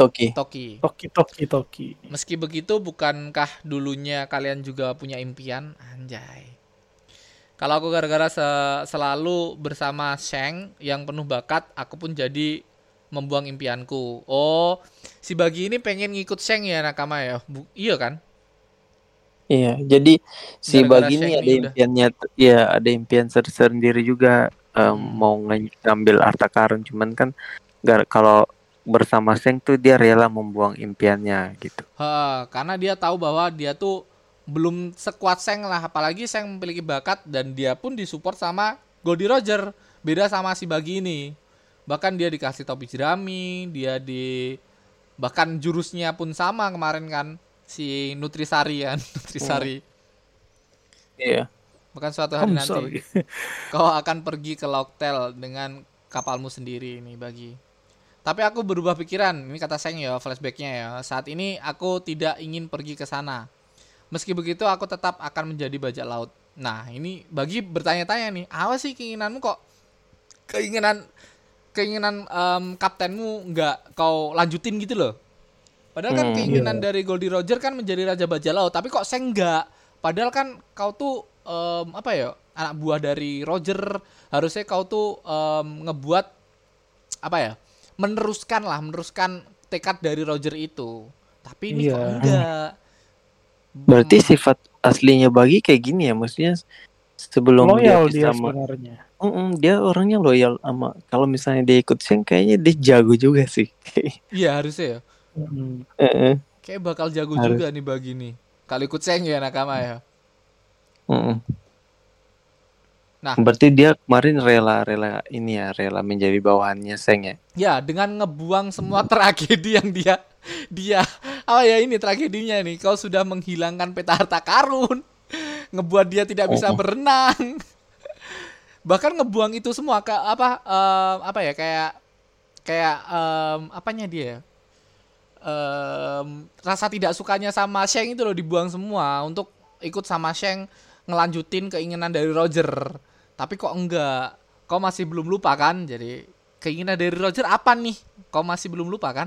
Speaker 3: Toki.
Speaker 1: Meski begitu, bukankah dulunya kalian juga punya impian? Anjay. Kalau aku gara-gara selalu bersama Sheng yang penuh bakat, aku pun jadi membuang impianku. Oh, si Bagi ini pengen ngikut Sheng ya nakama ya? Iya kan?
Speaker 2: Iya, jadi si Bagi ini ada impiannya, ya ada impian sendiri juga, mau ngambil harta karun, cuman kan kalau bersama Sheng tuh dia rela membuang impiannya gitu.
Speaker 1: Karena dia tahu bahwa dia tuh belum sekuat Sheng lah, apalagi Sheng memiliki bakat dan dia pun disupport sama Goldie Roger. Beda sama si Bagi ini. Bahkan dia dikasih topi jerami, bahkan jurusnya pun sama kemarin kan, si Nutrisari kan, Nutrisari.
Speaker 2: Iya.
Speaker 1: Bahkan suatu hari nanti kau akan pergi ke Loftel dengan kapalmu sendiri ini Bagi. Tapi aku berubah pikiran, ini kata Sheng ya, flashbacknya ya. Saat ini aku tidak ingin pergi ke sana. Meski begitu, aku tetap akan menjadi bajak laut. Nah, ini Bagi bertanya-tanya nih, apa sih keinginanmu kok? Keinginan kaptenmu nggak kau lanjutin gitu loh. Padahal kan keinginan dari Goldie Roger kan menjadi raja bajak laut, tapi kok Sheng nggak? Padahal kan kau tuh anak buah dari Roger, harusnya kau tuh ngebuat meneruskan tekad dari Roger itu. Tapi ini kok enggak.
Speaker 2: Berarti sifat aslinya Bagi kayak gini ya, maksudnya sebelum
Speaker 3: loyal
Speaker 2: dia sama
Speaker 3: sebenarnya.
Speaker 2: Dia orangnya loyal sama, kalau misalnya dia ikut Sheng kayaknya dia jago juga sih.
Speaker 1: Iya harusnya ya. Kayak bakal jago juga nih Bagi nih. Kalau ikut Sheng ya nakama ya.
Speaker 2: Nah, berarti dia kemarin rela menjadi bawahannya Sheng ya.
Speaker 1: Ya, dengan ngebuang semua tragedi yang dia ini tragedinya nih. Kau sudah menghilangkan peta harta karun, ngebuat dia tidak bisa berenang. Bahkan ngebuang itu semua apanya dia? Rasa tidak sukanya sama Sheng itu loh dibuang semua untuk ikut sama Sheng ngelanjutin keinginan dari Roger. Tapi kok enggak? Kau masih belum lupa kan? Jadi keinginan dari Roger apa nih? Kau masih belum lupa kan?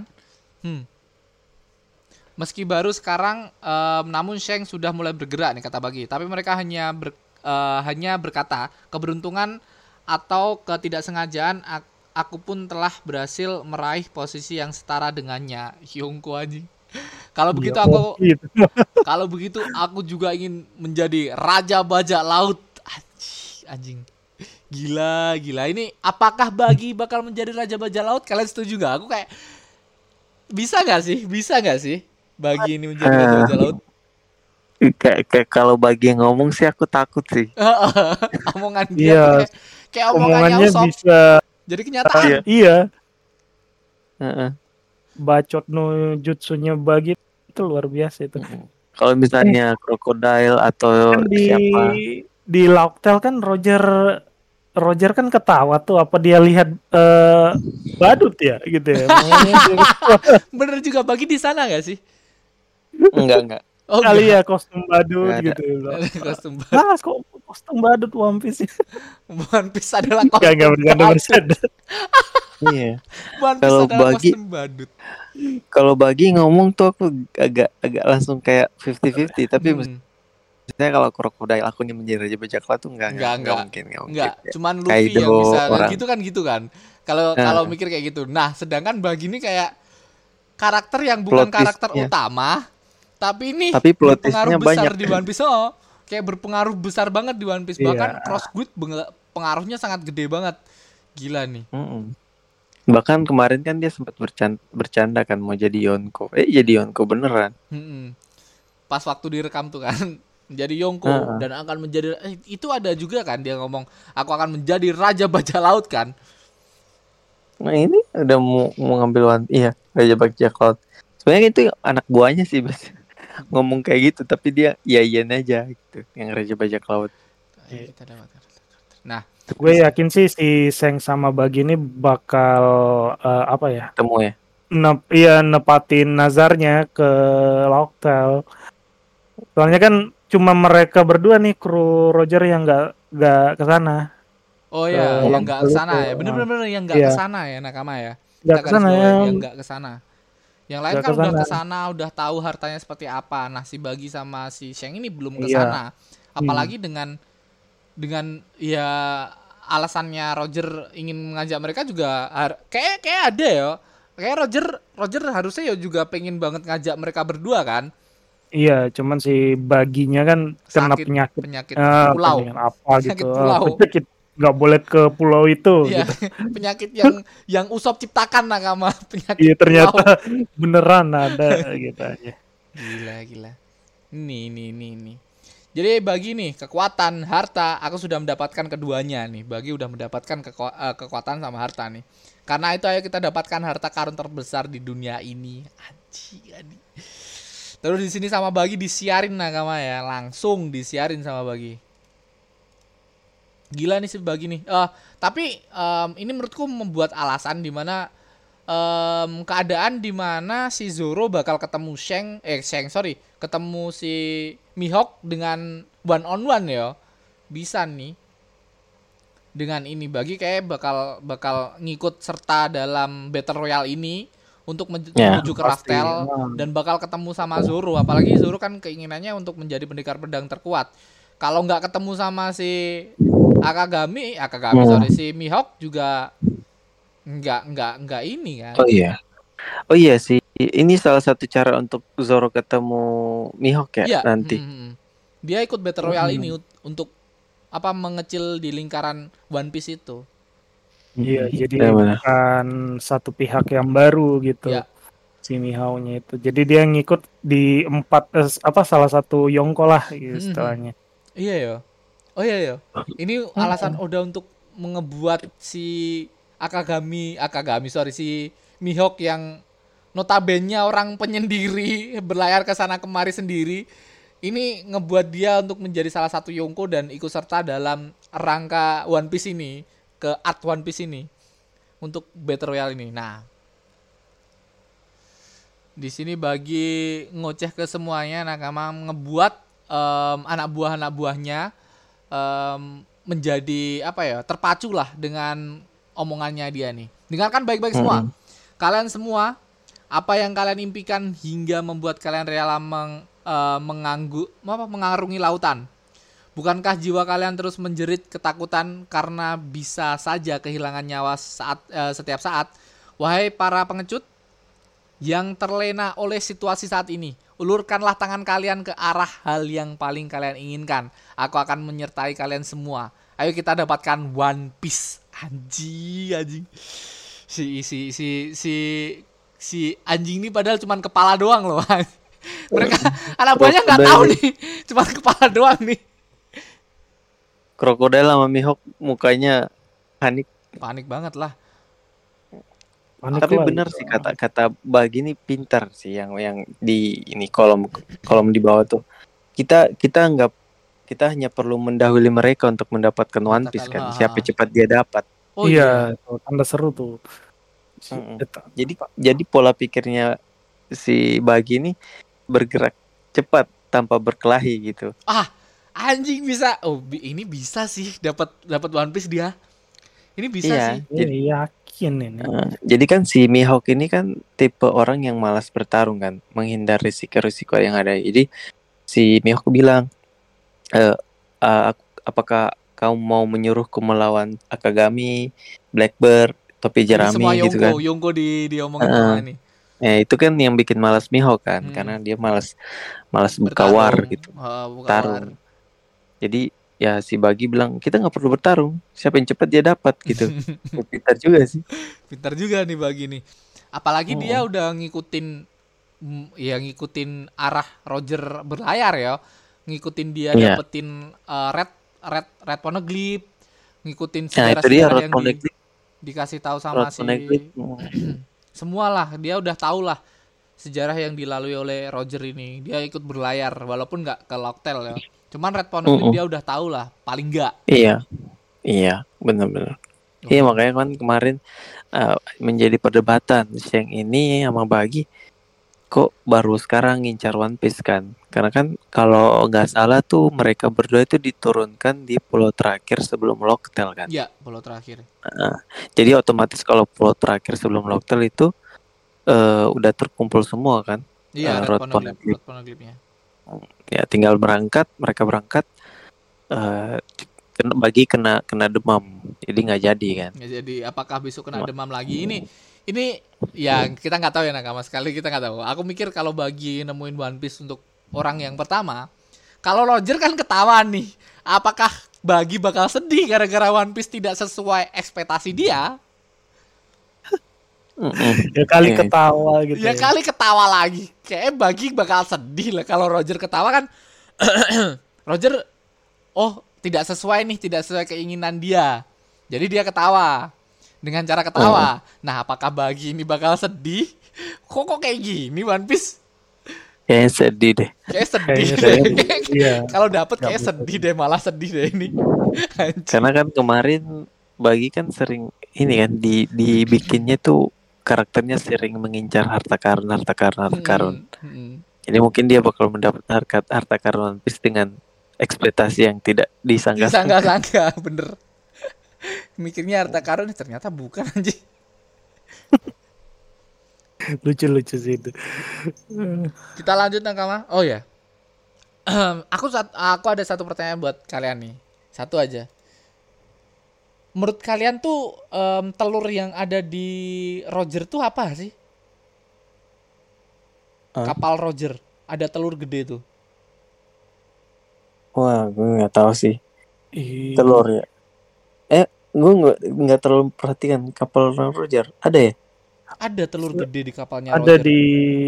Speaker 1: Meski baru sekarang, namun Sheng sudah mulai bergerak nih kata Bagi. Tapi mereka hanya berkata keberuntungan atau ketidaksengajaan. Aku pun telah berhasil meraih posisi yang setara dengannya. Hyungko anjing. Kalau begitu aku juga ingin menjadi raja bajak laut. Anjing. Gila. Ini apakah Bagi bakal menjadi raja bajak laut? Kalian setuju gak? Aku kayak bisa gak sih Bagi ini menjadi raja bajak laut?
Speaker 2: Kayak kalau Bagi ngomong sih aku takut sih.
Speaker 1: Omongan dia kayak omongannya Usop
Speaker 3: bisa
Speaker 1: jadi kenyataan.
Speaker 3: Iya. Bacot no jutsunya Bagi itu luar biasa itu.
Speaker 2: Kalau misalnya krokodil atau siapa
Speaker 3: di Loftel kan Roger kan ketawa tuh, apa dia lihat badut ya gitu ya.
Speaker 1: Bener juga Bagi di sana gak sih?
Speaker 2: Enggak.
Speaker 3: Oh, kali ya kostum badut gitu.
Speaker 1: Kostum badut.
Speaker 3: Kok kostum badut One Piece?
Speaker 1: One Piece adalah kostum
Speaker 3: badut.
Speaker 2: Iya.
Speaker 1: One Piece adalah kostum badut.
Speaker 2: Kalau Bagi ngomong tuh aku agak langsung kayak 50-50, tapi maksudnya kalau krokodil aku menjadi raja bajak laut tuh enggak mungkin.
Speaker 1: Enggak, cuman Luffy yang bisa gitu kan. Kalau mikir kayak gitu. Nah, sedangkan Bagi ini kayak karakter yang bukan karakter utama, tapi ini
Speaker 2: berpengaruh
Speaker 1: besar
Speaker 2: banyak
Speaker 1: di One Piece. Kayak berpengaruh besar banget di One Piece. Bahkan Crossguard pengaruhnya sangat gede banget. Gila nih.
Speaker 2: Bahkan kemarin kan dia sempat bercanda kan mau jadi Yonko. Jadi Yonko beneran.
Speaker 1: Pas waktu direkam tuh kan menjadi Yonko dan akan menjadi itu ada juga kan dia ngomong aku akan menjadi raja bajak laut kan.
Speaker 2: Nah ini udah mau ngambil raja bajak laut. Sebenarnya itu anak buahnya sih ngomong kayak gitu, tapi dia iyain aja gitu yang raja bajak laut.
Speaker 1: Nah,
Speaker 3: gue yakin sih si Seng sama Bagi ini bakal
Speaker 2: ketemu ya.
Speaker 3: Nepatin nazarnya ke Locktail. Soalnya kan cuma mereka berdua nih kru Roger yang nggak ke sana.
Speaker 1: Oh ya, yang nggak kesana ya, bener-bener yang nggak kesana ya Nakama ya.
Speaker 3: Nggak kesana ya.
Speaker 1: Yang nggak kesana. Yang lain kan udah kesana, udah tahu hartanya seperti apa. Nah si Bagi sama si Sheng ini belum kesana. Apalagi dengan ya alasannya Roger ingin mengajak mereka juga kayak ada ya. Kayak Roger harusnya ya juga pengen banget ngajak mereka berdua kan.
Speaker 3: Iya, cuman si Baginya kan kena penyakit pulau. Penyakit pulau. Penyakit nggak boleh ke pulau itu.
Speaker 1: Iya, gitu. Penyakit yang Usop ciptakan Nakama, penyakit.
Speaker 3: Iya ternyata beneran ada gitu aja.
Speaker 1: Gila. Ini. Jadi Bagi nih kekuatan, harta, aku sudah mendapatkan keduanya nih. Bagi udah mendapatkan kekuatan sama harta nih. Karena itu ayo kita dapatkan harta karun terbesar di dunia ini. Anjing. Terus di sini sama Bagi disiarin Nakama ya, langsung disiarin sama Bagi. Gila nih si Bagi nih. Tapi ini menurutku membuat alasan di mana keadaan di mana si Zoro bakal ketemu ketemu si Mihawk dengan one on one ya. Bisa nih. Dengan ini Bagi kayak bakal ngikut serta dalam Battle Royale ini untuk menuju ke Raftel dan bakal ketemu sama Zoro. Apalagi Zoro kan keinginannya untuk menjadi pendekar pedang terkuat. Kalau nggak ketemu sama si Akagami si Mihawk juga nggak ini kan.
Speaker 2: Oh iya sih, ini salah satu cara untuk Zoro ketemu Mihawk ya nanti.
Speaker 1: Dia ikut Battle Royale ini untuk mengecil di lingkaran One Piece itu.
Speaker 3: Iya, jadi bukan satu pihak yang baru gitu. Ya. Si Mihawknya itu. Jadi dia ngikut di salah satu Yonko lah gitu istilahnya.
Speaker 1: Iya ya. Oh iya ya. Ini alasan Oda untuk mengebuat si si Mihawk yang notabene orang penyendiri berlayar ke sana kemari sendiri. Ini ngebuat dia untuk menjadi salah satu Yonko dan ikut serta dalam rangka One Piece ini, ke art One Piece ini untuk Battle Royale ini. Nah, di sini Bagi ngoceh ke semuanya Nakama ngebuat anak buahnya menjadi terpacu lah dengan omongannya dia nih. Dengarkan baik-baik semua. Kalian semua, apa yang kalian impikan hingga membuat kalian rela mengarungi lautan? Bukankah jiwa kalian terus menjerit ketakutan karena bisa saja kehilangan nyawa setiap saat? Wahai para pengecut yang terlena oleh situasi saat ini, ulurkanlah tangan kalian ke arah hal yang paling kalian inginkan. Aku akan menyertai kalian semua. Ayo kita dapatkan One Piece. Anjing. Si anjing ini padahal cuma kepala doang loh. Mereka anak buahnya nggak tahu nih, cuma kepala doang nih.
Speaker 2: Krokodil sama Mihawk mukanya
Speaker 1: panik banget lah.
Speaker 2: Tapi benar sih kata Bagi ini pintar sih yang di ini kolom di bawah tuh. Kita hanya perlu mendahului mereka untuk mendapatkan One Piece kan. Siapa cepat dia dapat.
Speaker 3: Oh iya, tanda seru tuh.
Speaker 2: Jadi pola pikirnya si Bagi ini bergerak cepat tanpa berkelahi gitu.
Speaker 1: Anjing bisa. Oh, ini bisa sih dapat One Piece dia. Ini bisa sih.
Speaker 3: Jadi yakin ini.
Speaker 2: Jadi kan si Mihawk ini kan tipe orang yang malas bertarung kan, menghindar risiko-risiko yang ada. Jadi si Mihawk bilang, apakah kamu mau menyuruhku melawan Akagami, Blackbird, topi jerami gitu kan?
Speaker 1: Semua Yonko diomongin sama ini.
Speaker 2: Ya itu kan yang bikin malas Mihawk kan, karena dia malas buka war gitu. Tarung. Jadi ya si Bagi bilang kita nggak perlu bertarung, siapa yang cepat dia dapat gitu. Pintar juga sih.
Speaker 1: Pintar juga nih Bagi nih. Apalagi dia udah ngikutin arah Roger berlayar ya. Ngikutin dia dapetin Red Poneglyph, ngikutin sejarah-sejarah yang dikasih tahu sama si semualah, dia udah tahu lah sejarah yang dilalui oleh Roger ini. Dia ikut berlayar walaupun nggak ke Locktail ya. Cuman Red Poneglyph dia udah tahu lah, paling nggak.
Speaker 2: Iya, benar-benar. Iya makanya kan kemarin menjadi perdebatan Shang ini sama Bagi kok baru sekarang ngincar One Piece kan, karena kan kalau nggak salah tuh mereka berdua itu diturunkan di pulau terakhir sebelum Locktail kan.
Speaker 1: Iya, pulau terakhir.
Speaker 2: Jadi otomatis kalau pulau terakhir sebelum Locktail itu udah terkumpul semua kan.
Speaker 1: Iya, Red Poneglyph-nya.
Speaker 2: Ya tinggal mereka berangkat Bagi kena demam, jadi nggak jadi kan.
Speaker 1: Nggak jadi. Apakah besok kena demam lagi? Ini ya kita nggak tahu ya Nakama, sekali kita nggak tahu. Aku mikir kalau Bagi nemuin One Piece untuk orang yang pertama, kalau Roger kan ketawa nih. Apakah Bagi bakal sedih gara-gara One Piece tidak sesuai ekspektasi dia?
Speaker 3: Ya kali ketawa gitu.
Speaker 1: Ya kali ketawa lagi. Kayaknya Bagi bakal sedih lah kalau Roger ketawa kan. Roger, tidak sesuai keinginan dia. Jadi dia ketawa dengan cara ketawa. Nah, apakah Bagi ini bakal sedih? Kok kayak gini One Piece?
Speaker 2: Kayaknya sedih deh.
Speaker 1: Kayak sedih. Kalau dapet kayak sedih deh, malah sedih deh ini.
Speaker 2: Karena kan kemarin Bagi kan sering ini kan dibikinnya tuh karakternya sering mengincar harta karun. Jadi mungkin dia bakal mendapat harta karun One Piece dengan ekspektasi yang tidak
Speaker 1: disangka-sangka. Bener. Mikirnya harta karun ternyata bukan anjing.
Speaker 3: Lucu sih itu.
Speaker 1: Kita lanjut Nakama. Oh ya. Aku ada satu pertanyaan buat kalian nih. Satu aja. Menurut kalian tuh telur yang ada di Roger tuh apa sih? Kapal Roger. Ada telur gede tuh.
Speaker 2: Wah, gue nggak tahu sih. Telur ya. Gue nggak terlalu perhatikan kapal Roger. Ada ya?
Speaker 1: Ada telur gede di kapalnya
Speaker 3: Roger. Ada di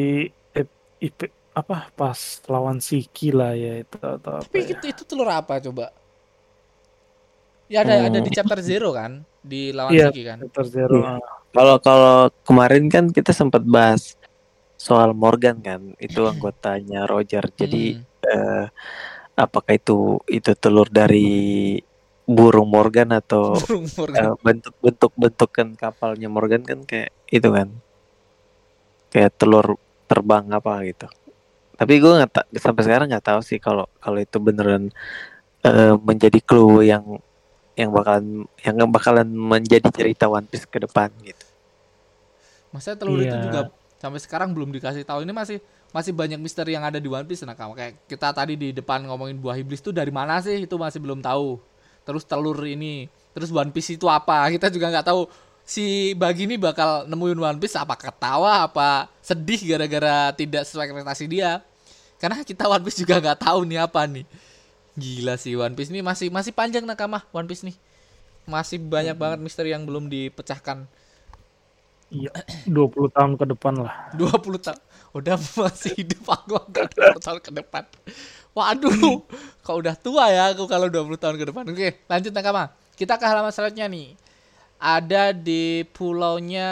Speaker 3: pas lawan Siki lah ya itu atau
Speaker 1: tapi apa itu telur apa coba? Ya ada di chapter 0 kan, di lawan Siki kan.
Speaker 3: Chapter 0.
Speaker 2: Kalau kemarin kan kita sempat bahas soal Morgan kan, itu anggotanya Roger. Jadi apakah itu telur dari burung Morgan atau bentuk-bentukan kapalnya Morgan kan kayak itu kan, kayak telur terbang apa gitu. Tapi gue sampai sekarang nggak tahu sih kalau itu beneran menjadi clue yang bakalan menjadi cerita One Piece ke depan gitu.
Speaker 1: Masa telur itu juga sampai sekarang belum dikasih tahu. Ini masih banyak misteri yang ada di One Piece. Nah, kayak kita tadi di depan ngomongin buah iblis itu dari mana sih, itu masih belum tahu. Terus telur ini, terus One Piece itu apa, kita juga nggak tahu. Si Bagi ini bakal nemuin One Piece apa ketawa, apa sedih gara-gara tidak sesuai ekspektasi dia. Karena kita One Piece juga nggak tahu nih apa nih. Gila sih One Piece ini masih panjang Nakama. One Piece nih masih banyak banget misteri yang belum dipecahkan.
Speaker 3: Iya, 20 tahun ke depan lah.
Speaker 1: 20 tahun. Udah masih hidup aku 20 tahun ke depan. Waduh, kok udah tua ya aku kalau 20 tahun ke depan. Oke, lanjut Nakama. Kita ke halaman selanjutnya nih. Ada di pulaunya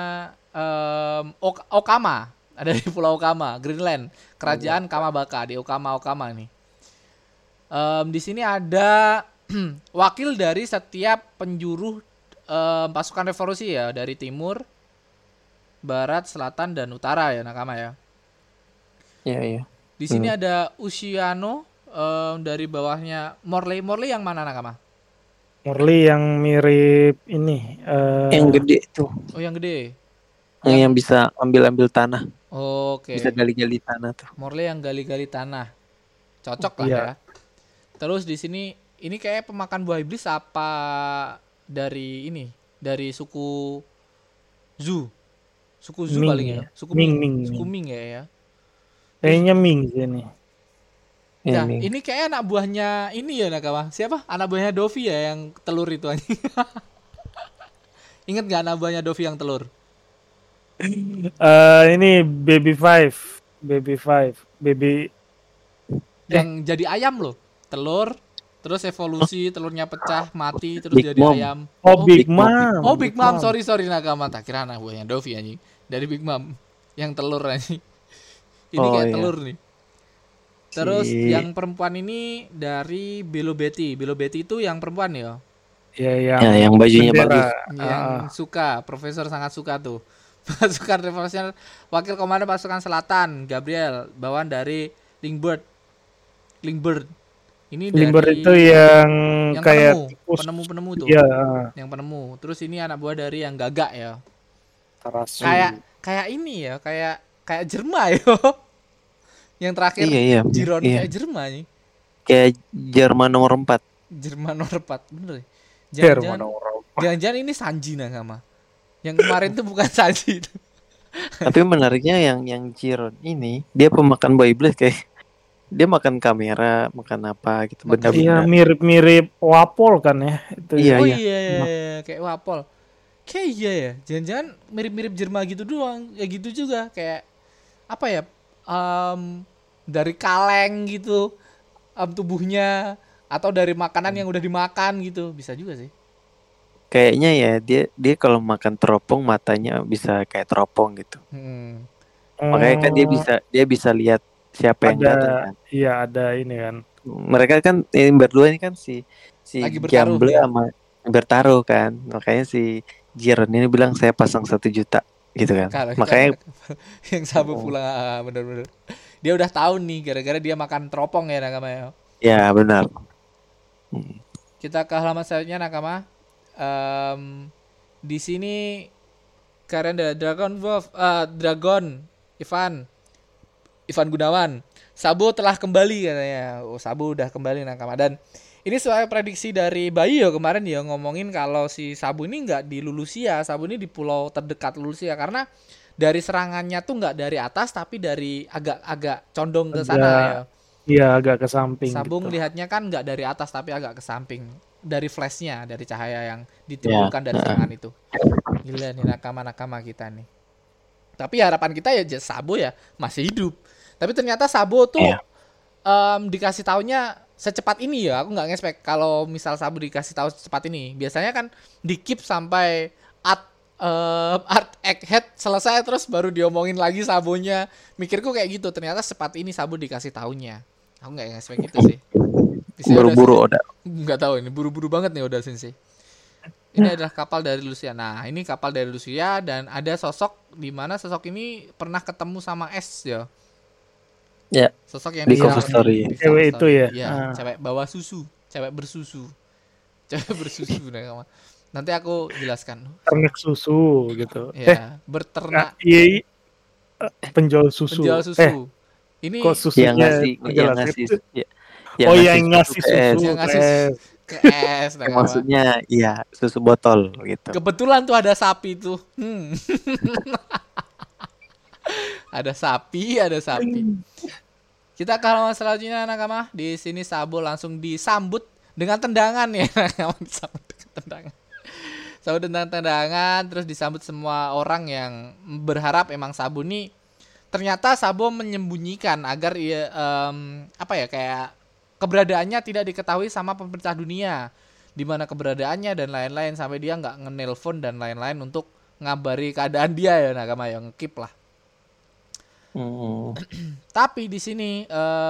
Speaker 1: Okama. Ada di Pulau Okama, Greenland. Kerajaan Kamabaka di Okama nih. Di sini ada wakil dari setiap penjuru pasukan revolusi ya, dari timur, barat, selatan, dan utara ya Nakama ya.
Speaker 2: Iya.
Speaker 1: Di sini ada Ushiano, dari bawahnya Morley yang mana Nakama?
Speaker 3: Morley yang mirip ini.
Speaker 2: Yang gede itu.
Speaker 1: Oh yang gede.
Speaker 2: Yang bisa ambil tanah.
Speaker 1: Oke.
Speaker 2: Bisa gali-gali tanah tuh.
Speaker 1: Morley yang gali-gali tanah. Cocok lah ya. Terus di sini ini kayak pemakan buah iblis apa dari suku Zu. Suku Zu paling ya. Suku Ming ya.
Speaker 3: Kayaknya Ming sih ini.
Speaker 1: Ya, ini kayak anak buahnya ini ya Nakama. Siapa? Anak buahnya Dovi ya yang telur itu aja. Ingat gak anak buahnya Dovi yang telur?
Speaker 3: Ini Baby
Speaker 1: yang jadi ayam loh. Telur, terus evolusi, telurnya pecah, mati, terus
Speaker 2: Big
Speaker 1: jadi
Speaker 2: Mom.
Speaker 1: ayam.
Speaker 3: Big Mom.
Speaker 1: Oh, Big Mom. Sorry Nakama. Tak kira anak buahnya Dovi anjing. Dari Big Mom. Yang telur anjing. Ini kayak telur nih. Terus yang perempuan ini dari Bilo Betty. Bilo Betty itu yang perempuan ya?
Speaker 3: Iya,
Speaker 2: yang bajunya bagus.
Speaker 1: Yang suka, profesor sangat suka tuh. Pasukan revolusioner, wakil komandan pasukan selatan, Gabriel, bawaan dari Lyngbird. Ini
Speaker 3: Lyngbird
Speaker 1: dari
Speaker 3: itu yang kayak
Speaker 1: penemu tuh.
Speaker 3: Iya.
Speaker 1: Yang penemu. Terus ini anak buah dari yang gagak ya.
Speaker 3: Tarasu.
Speaker 1: Kayak ini ya, kayak Jerman ya. Yang terakhir Jiron kayak Jerman nih.
Speaker 2: Kayak Jerman nomor 4.
Speaker 1: Jerman nomor 4, bener.
Speaker 3: Jangan-jangan
Speaker 1: ini Sanji Nakama. Yang kemarin tuh bukan Sanji itu.
Speaker 2: Tapi menariknya yang Jiron ini dia pemakan buah iblis kayak dia makan kamera, makan apa gitu.
Speaker 3: Iya, mirip-mirip wapol kan ya itu.
Speaker 1: Iya, kayak wapol. Kayak iya ya. Jangan-jangan mirip-mirip Jerman gitu doang. Ya gitu juga kayak apa ya? Dari kaleng gitu tubuhnya atau dari makanan yang udah dimakan gitu, bisa juga sih.
Speaker 2: Kayaknya ya dia kalau makan teropong matanya bisa kayak teropong gitu. Makanya kan dia bisa lihat siapa yang datang kan.
Speaker 3: Iya, ada ini kan.
Speaker 2: Mereka kan ini berdua ini kan si Gamble sama bertaruh kan. Makanya si Jiron ini bilang saya pasang 1 juta gitu kan. Makanya
Speaker 1: yang Sabu pulang bener-bener. Dia udah tahu nih gara-gara dia makan teropong ya Nakama ya.
Speaker 2: Ya benar.
Speaker 1: Kita ke halaman selanjutnya Nakama. Di sini karen ada Dragon Ivan Gunawan. Sabu telah kembali katanya. Sabu udah kembali Nakama. Dan ini soal prediksi dari Bayu kemarin dia ngomongin kalau si Sabu ini nggak di Lulusia. Sabu ini di pulau terdekat Lulusia karena dari serangannya tuh nggak dari atas tapi dari agak condong ke sana ya.
Speaker 3: Iya, agak ke samping.
Speaker 1: Sabung
Speaker 3: gitu.
Speaker 1: lihatnya kan nggak dari atas tapi agak ke samping. Dari flashnya, dari cahaya yang ditimbulkan dari serangan itu. Gila nih nakama-nakama kita nih. Tapi harapan kita ya Sabo ya masih hidup. Tapi ternyata Sabo tuh dikasih taunya secepat ini ya. Aku nggak ngespek kalau misal Sabo dikasih tahu secepat ini. Biasanya kan di-keep sampai art egghead selesai terus baru diomongin lagi Sabonya. Mikirku kayak gitu. Ternyata secepat ini Sabo dikasih taunya. Aku nggak ngespek gitu sih.
Speaker 2: Buru-buru Oda.
Speaker 1: Nggak tahu ini buru-buru banget nih Oda Sensei. Ini adalah kapal dari Lucia. Nah ini kapal dari Lucia dan ada sosok di mana sosok ini pernah ketemu sama S ya.
Speaker 2: Ya.
Speaker 1: Sosok yang
Speaker 2: di cover story.
Speaker 3: Cewek itu ya.
Speaker 1: Iya, cewek bawa susu, cewek bersusu. Nanti aku jelaskan.
Speaker 3: Ternak susu gitu.
Speaker 1: Ya, berternak.
Speaker 3: Iya. Penjual susu.
Speaker 1: Ini
Speaker 2: kok susunya yang ngasih
Speaker 3: yang ngasih susu.
Speaker 1: Yang ngasih ke es.
Speaker 2: Maksudnya iya, susu botol gitu.
Speaker 1: Kebetulan tuh ada sapi tuh. Ada sapi. Kita ke halaman selanjutnya Nakama. Di sini Sabo langsung disambut dengan tendangan ya. Disambut dengan tendangan. Sambut dengan tendangan terus disambut semua orang yang berharap emang Sabo nih ternyata Sabo menyembunyikan agar kayak keberadaannya tidak diketahui sama pemerintah dunia. Di mana keberadaannya dan lain-lain sampai dia nggak nge-nelpon dan lain-lain untuk ngabari keadaan dia ya Nakama yang ngekip lah. Tapi di sini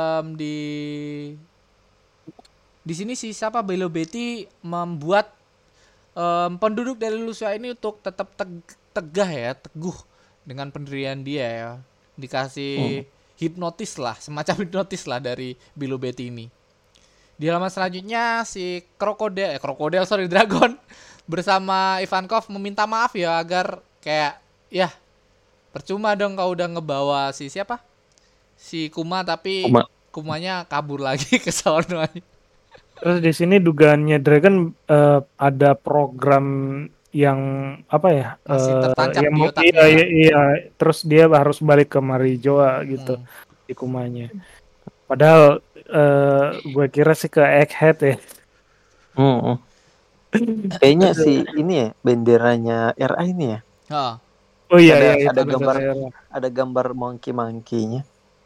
Speaker 1: di sini si siapa Bilo Betty membuat penduduk dari Lucia ini untuk tetap teguh dengan pendirian dia ya. Dikasih hipnotis lah, semacam hipnotis lah dari Bilo Betty ini. Di halaman selanjutnya si Dragon bersama Ivankov meminta maaf ya agar kayak ya percuma dong kau udah ngebawa si Kuma tapi Kumanya kabur lagi ke sono.
Speaker 3: Terus di sini dugaannya Dragon ada program yang apa ya?
Speaker 1: Masih tertancap
Speaker 3: yang
Speaker 1: di otaknya.
Speaker 3: Iya, terus dia harus balik ke Marijoa gitu di Kumanya. Padahal gue kira sih ke Egghead ya.
Speaker 2: Kayaknya si ini ya benderanya RA ini ya.
Speaker 3: Oh iya,
Speaker 2: ada gambar monkey-monkeynya.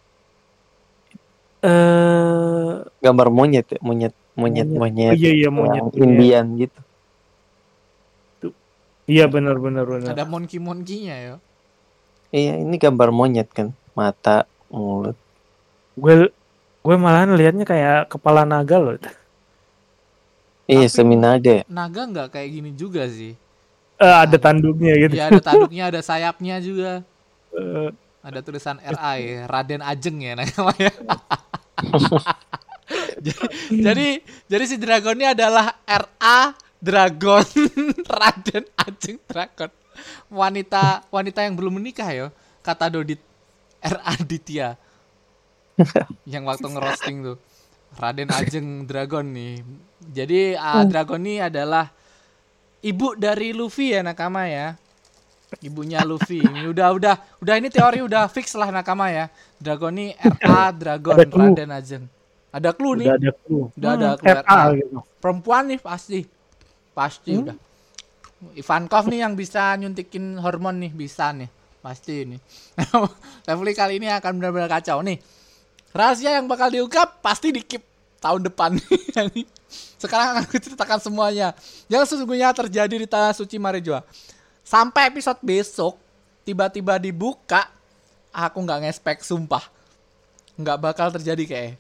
Speaker 2: Gambar monyet.
Speaker 3: Oh iya monyet
Speaker 2: Indian gitu.
Speaker 3: Iya benar.
Speaker 1: Ada monkey-monkeynya ya.
Speaker 2: Iya, ini gambar monyet kan, mata, mulut.
Speaker 3: Gue malahan liatnya kayak kepala naga loh.
Speaker 2: Iya, semi-naga.
Speaker 1: Naga nggak kayak gini juga sih.
Speaker 3: Ada tanduknya gitu.
Speaker 1: Iya, ada tanduknya, ada sayapnya juga. Ada tulisan RA ya, Raden Ajeng ya namanya. jadi si dragon ini adalah RA Dragon Raden Ajeng Dragon. Wanita yang belum menikah ya, kata Dodit RA Ditya. Yang waktu ngerosting tuh. Raden Ajeng Dragon nih. Jadi Dragon ini adalah ibu dari Luffy ya nakama ya. Ibunya Luffy. Ini udah ini teori udah fix lah nakama ya. Dragon ini RA Dragon Raden Ajeng. Ada clue nih. Udah ada clue RA gitu. Perempuan nih pasti udah. Ivankov nih yang bisa nyuntikin hormon nih, bisa nih. Pasti ini. Level kali ini akan benar-benar kacau nih. Rahasia yang bakal diungkap pasti di keep tahun depan. Sekarang akan ceritakan semuanya yang sesungguhnya terjadi di Tanah Suci Marijoa. Sampai episode besok tiba-tiba dibuka, aku nggak ngespek sumpah. Nggak bakal terjadi kayaknya.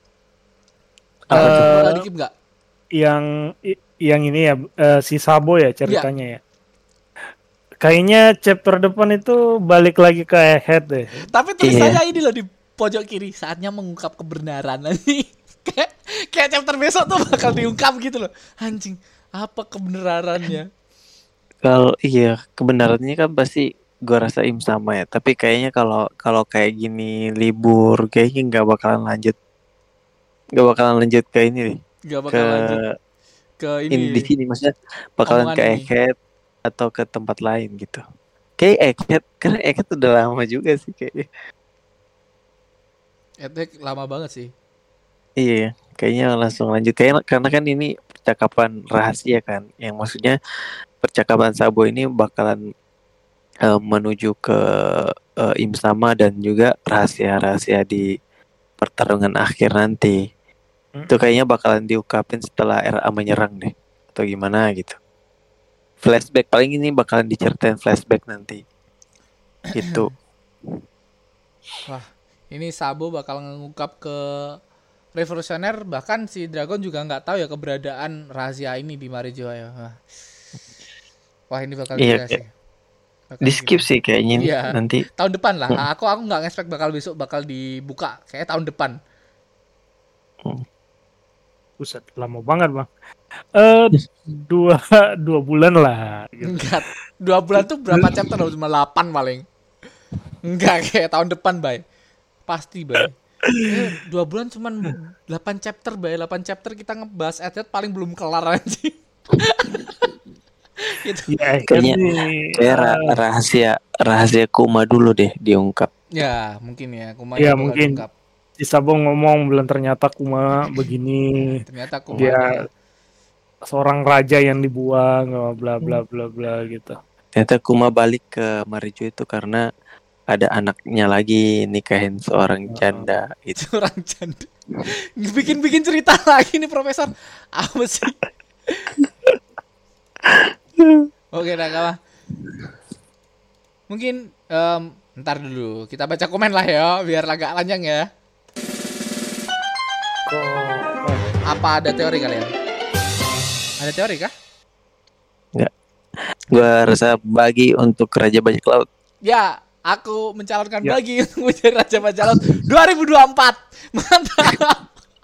Speaker 1: Bakal di keep nggak?
Speaker 3: Yang ini ya si Sabo ya ceritanya ya. Kayaknya chapter depan itu balik lagi ke Egghead deh.
Speaker 1: Tapi tulisannya ini loh di pojok kiri, saatnya mengungkap kebenaran nanti. kayak chapter besok tuh bakal diungkap gitu loh. Anjing, apa kebenarannya?
Speaker 2: Kalau iya, kebenarannya kan pasti gue rasain sama ya. Tapi kayaknya kalau kayak gini libur kayaknya nggak bakalan lanjut ke ini nih.
Speaker 1: Nggak bakalan lanjut ke ini.
Speaker 2: Di sini maksudnya bakalan ke Egghead atau ke tempat lain gitu. Kayak Egghead, karena Egghead udah lama juga sih kayaknya.
Speaker 1: Egghead lama banget sih.
Speaker 2: Iya, kayaknya langsung lanjut. Karena kan ini percakapan rahasia kan, yang maksudnya percakapan Sabo ini bakalan menuju ke Imsama dan juga rahasia-rahasia di pertarungan akhir nanti. Itu kayaknya bakalan diungkapin setelah RA menyerang deh, atau gimana gitu. Flashback paling ini bakalan diceritain flashback nanti. Gitu.
Speaker 1: Wah, ini Sabo bakal mengungkap ke Revolusioner, bahkan si Dragon juga nggak tahu ya keberadaan rahasia ini di Marijoa ya. Wah ini bakal gila sih.
Speaker 2: Di skip sih kayaknya
Speaker 1: iya.
Speaker 2: Nanti
Speaker 1: tahun depan lah. Aku nggak ngespek bakal besok bakal dibuka. Kayak tahun depan.
Speaker 3: Buset, lama banget bang. 2 bulan lah. Gitu.
Speaker 1: Enggak, 2 bulan tuh berapa chapter? Cuma 8 paling. Enggak kayak tahun depan bay. Pasti bay. 2 bulan cuman 8 chapter bay. 8 chapter kita ngebahas Egghead paling belum kelar anjing.
Speaker 2: Gitu. Ya, kayak rahasia Kuma dulu deh diungkap.
Speaker 1: Ya mungkin ya Kuma
Speaker 3: ya mungkin diungkap. Si Sabo ngomong belum ternyata Kuma begini.
Speaker 1: Ternyata Kuma
Speaker 3: dia seorang raja yang dibuang bla bla bla bla gitu.
Speaker 2: Ternyata Kuma balik ke Marijoa itu karena ada anaknya lagi nikahin seorang janda itu.
Speaker 1: Seorang janda. Bikin cerita lagi nih Profesor. Apa sih? Oke Nakama. Mungkin ntar dulu kita baca komen lah ya biar agak lanjang ya. Apa ada teori kalian? Ada teori kah?
Speaker 2: Enggak. Gua rasa bagi untuk Raja Bajak Laut.
Speaker 1: Ya, aku mencalonkan bagi untuk menjadi Raja Bajak Laut 2024. Mantap.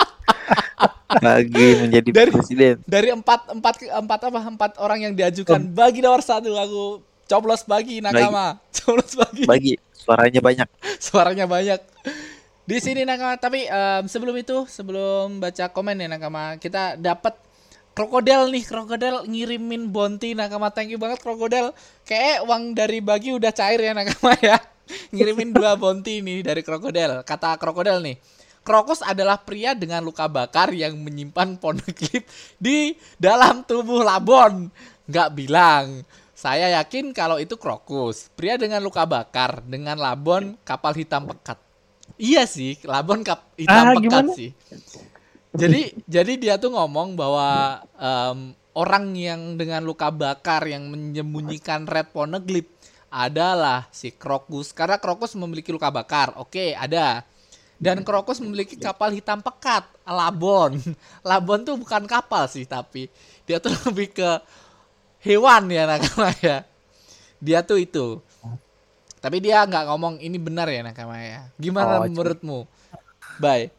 Speaker 2: Bagi menjadi presiden.
Speaker 1: Dari empat orang yang diajukan, bagi nomor 1 aku coblos bagi Nakama. Coblos bagi.
Speaker 2: Bagi, suaranya banyak.
Speaker 1: Suaranya banyak. Di sini Nakama, tapi sebelum baca komen ya Nakama, kita dapat Krokodil ngirimin bounty Nakama, thank you banget Krokodil. Kayak uang dari Bagi udah cair ya Nakama ya. Ngirimin 2 bounty nih dari Krokodil. Kata Krokodil nih, Krokus adalah pria dengan luka bakar yang menyimpan poneglyph di dalam tubuh Labon. Nggak bilang. Saya yakin kalau itu Krokus, pria dengan luka bakar dengan Labon kapal hitam pekat. Iya sih, Labon hitam pekat gimana? Sih. Jadi dia tuh ngomong bahwa orang yang dengan luka bakar yang menyembunyikan Red Poneglyph adalah si Krokus. Karena Krokus memiliki luka bakar. Oke, ada. Dan Krokus memiliki kapal hitam pekat, Labon. Labon tuh bukan kapal sih, tapi dia tuh lebih ke hewan ya Nakama ya. Dia tuh itu. Tapi dia nggak ngomong ini benar ya Nakama ya. Gimana menurutmu? Bye.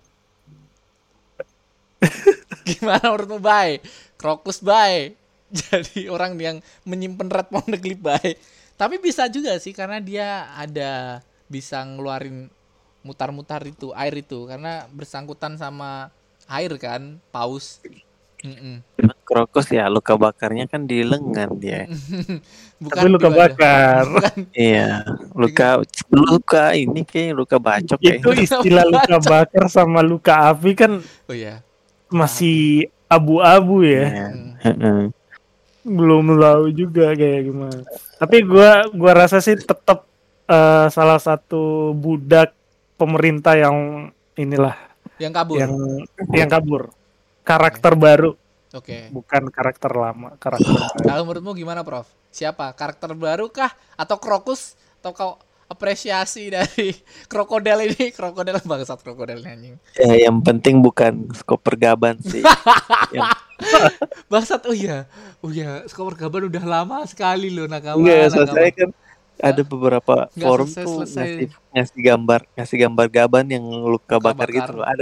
Speaker 1: Gimana menurutmu Bye? Krokus Bye. Jadi orang yang menyimpan Red Poneglyph Bye. Tapi bisa juga sih karena dia ada bisa ngeluarin mutar-mutar itu air itu karena bersangkutan sama air kan, paus.
Speaker 2: Krokus ya luka bakarnya kan di lengan dia.
Speaker 3: Bukan tapi luka bakar.
Speaker 2: Iya, luka ini kayak luka bacok kayak.
Speaker 3: Itu istilah luka bakar sama luka api kan.
Speaker 1: Oh ya.
Speaker 3: Masih abu-abu ya. Belum tahu juga kayak gimana. Tapi gua rasa sih tetap salah satu budak pemerintah yang inilah
Speaker 1: yang kabur.
Speaker 3: Yang kabur. Karakter baru.
Speaker 1: Oke.
Speaker 3: Bukan karakter lama, karakter baru.
Speaker 1: Kalau menurutmu gimana, Prof? Siapa? Karakter baru kah atau Krokus atau kau apresiasi dari krokodil ini? Krokodil bangsat krokodil anjing.
Speaker 2: Ya, yang penting bukan skop pergaban sih.
Speaker 1: Bangsat. Oh iya, skop pergaban udah lama sekali loh Nakama.
Speaker 2: Iya, selesai kan. Ada beberapa forum tuh ngasih gambar gaban yang luka bakar gitu loh.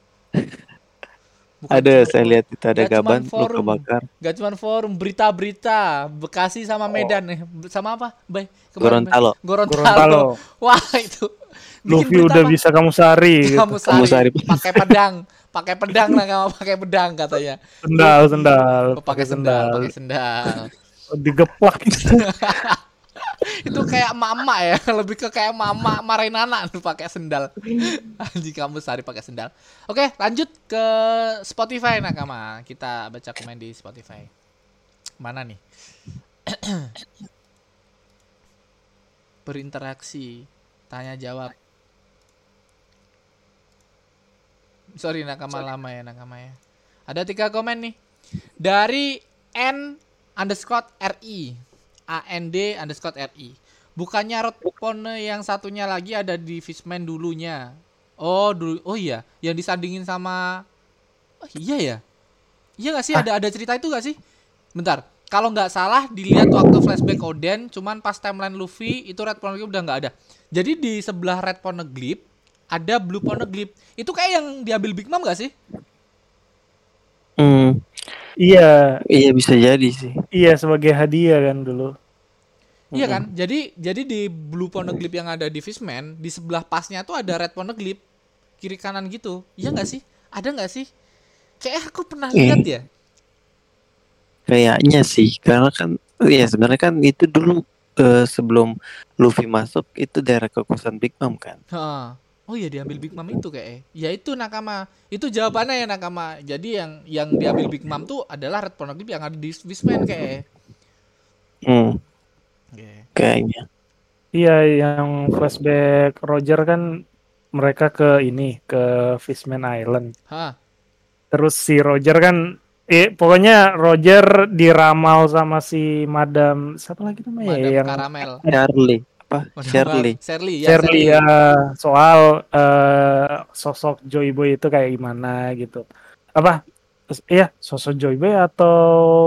Speaker 2: Ada saya lihat itu ada gaban luka bakar.
Speaker 1: Gak cuma forum, berita-berita Bekasi sama Medan nih. Sama apa?
Speaker 2: Gorontalo.
Speaker 1: Wah, itu.
Speaker 3: Luffy udah bisa kamu sari.
Speaker 1: Kamu sari. Pakai pedang Nakama, pakai pedang katanya.
Speaker 3: Sendal.
Speaker 1: Pakai sendal.
Speaker 3: Digeplak itu.
Speaker 1: Itu kayak mama ya, lebih ke kayak mama marahin anak tuh pakai sendal. Anjing kamu sehari pakai sendal. Oke, lanjut ke Spotify Nakama. Kita baca komen di Spotify. Mana nih? Berinteraksi, tanya jawab. Sorry Nakama lama ya Nakama ya. Ada 3 komen nih. Dari N_RI. AND_RI. Bukannya Redpone yang satunya lagi ada di Fishman dulunya. Oh iya, yang disandingin sama iya ya. Iya enggak sih ada cerita itu enggak sih? Bentar. Kalau enggak salah dilihat waktu flashback Oden, cuman pas timeline Luffy itu Red Poneglyph udah enggak ada. Jadi di sebelah Red Poneglyph ada Blue Poneglyph. Itu kayak yang diambil Big Mom enggak sih?
Speaker 3: Iya
Speaker 2: bisa jadi sih.
Speaker 3: Iya sebagai hadiah kan dulu.
Speaker 1: Iya kan? Jadi di Blue Poneglyph yang ada di Fishman, di sebelah pasnya tuh ada Red Poneglyph kiri kanan gitu. Iya enggak sih? Ada enggak sih? Kayak aku pernah lihat ya.
Speaker 2: Kayaknya sih, karena kan ya sebenarnya kan itu dulu sebelum Luffy masuk itu daerah kekuasaan Big Mom kan.
Speaker 1: Oh iya diambil Big Mom itu kayak. Ya itu Nakama. Itu jawabannya ya Nakama. Jadi yang diambil Big Mom tuh adalah Red Poneglyph yang ada di Fishman kayak.
Speaker 2: Kayaknya.
Speaker 3: Iya, yang flashback Roger kan mereka ke Fishman Island. Terus si Roger kan pokoknya Roger diramal sama si Madam siapa lagi namanya
Speaker 1: Madam
Speaker 3: yang
Speaker 1: Caramel.
Speaker 2: Shirley
Speaker 3: ya soal sosok Joy Boy itu kayak gimana gitu. Sosok Joy Boy atau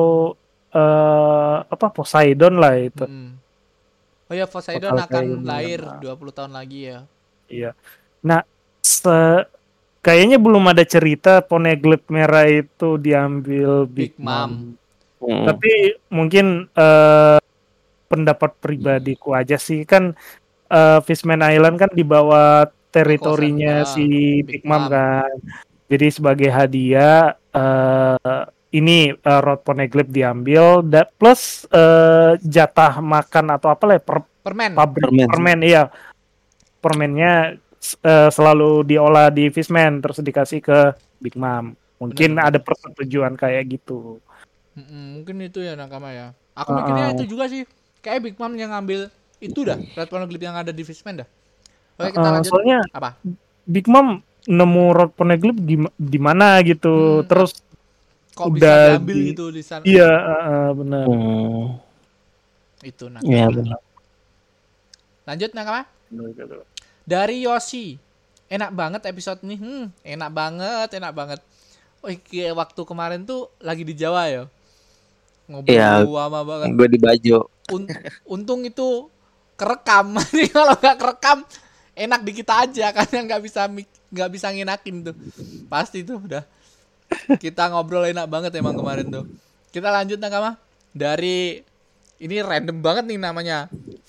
Speaker 3: Poseidon lah itu.
Speaker 1: Oh ya, Poseidon akan lahir 20 tahun lagi ya.
Speaker 3: Iya. Nah, kayaknya belum ada cerita Poneglyph merah itu diambil Big Mom. Tapi mungkin pendapat pribadiku aja sih kan Fishman Island kan di bawah teritorinya si Big Mom kan. Jadi sebagai hadiah ini Rod Poneglyph diambil plus jatah makan atau apa lah
Speaker 1: permen.
Speaker 3: Pabrik permen iya. Permennya selalu diolah di Fishman terus dikasih ke Big Mom. Mungkin ada persetujuan kayak gitu.
Speaker 1: Mungkin itu ya nakama ya. Aku mikirnya itu juga sih. Kayak Big Mom yang ngambil itu dah, Rod Poneglyph yang ada di Fishman dah. Oke, kita lanjut.
Speaker 3: Soalnya
Speaker 1: apa?
Speaker 3: Big Mom nemu Rod Poneglyph di mana gitu. Terus
Speaker 1: kok udah bisa diambil gitu di sana.
Speaker 3: Iya, benar.
Speaker 1: Itu nakama.
Speaker 2: Iya benar.
Speaker 1: Lanjut nakama. Dari Yoshi. Enak banget episode ini. Enak banget. Kayak waktu kemarin tuh lagi di Jawa ya. Ngobrol lama banget.
Speaker 2: Gue di Bajo.
Speaker 1: Untung itu kerekam. Kalau nggak kerekam enak di kita aja karena nggak bisa nginakin tuh. Pasti tuh udah. Kita ngobrol enak banget emang kemarin tuh. Kita lanjut nakama. Dari ini random banget nih namanya.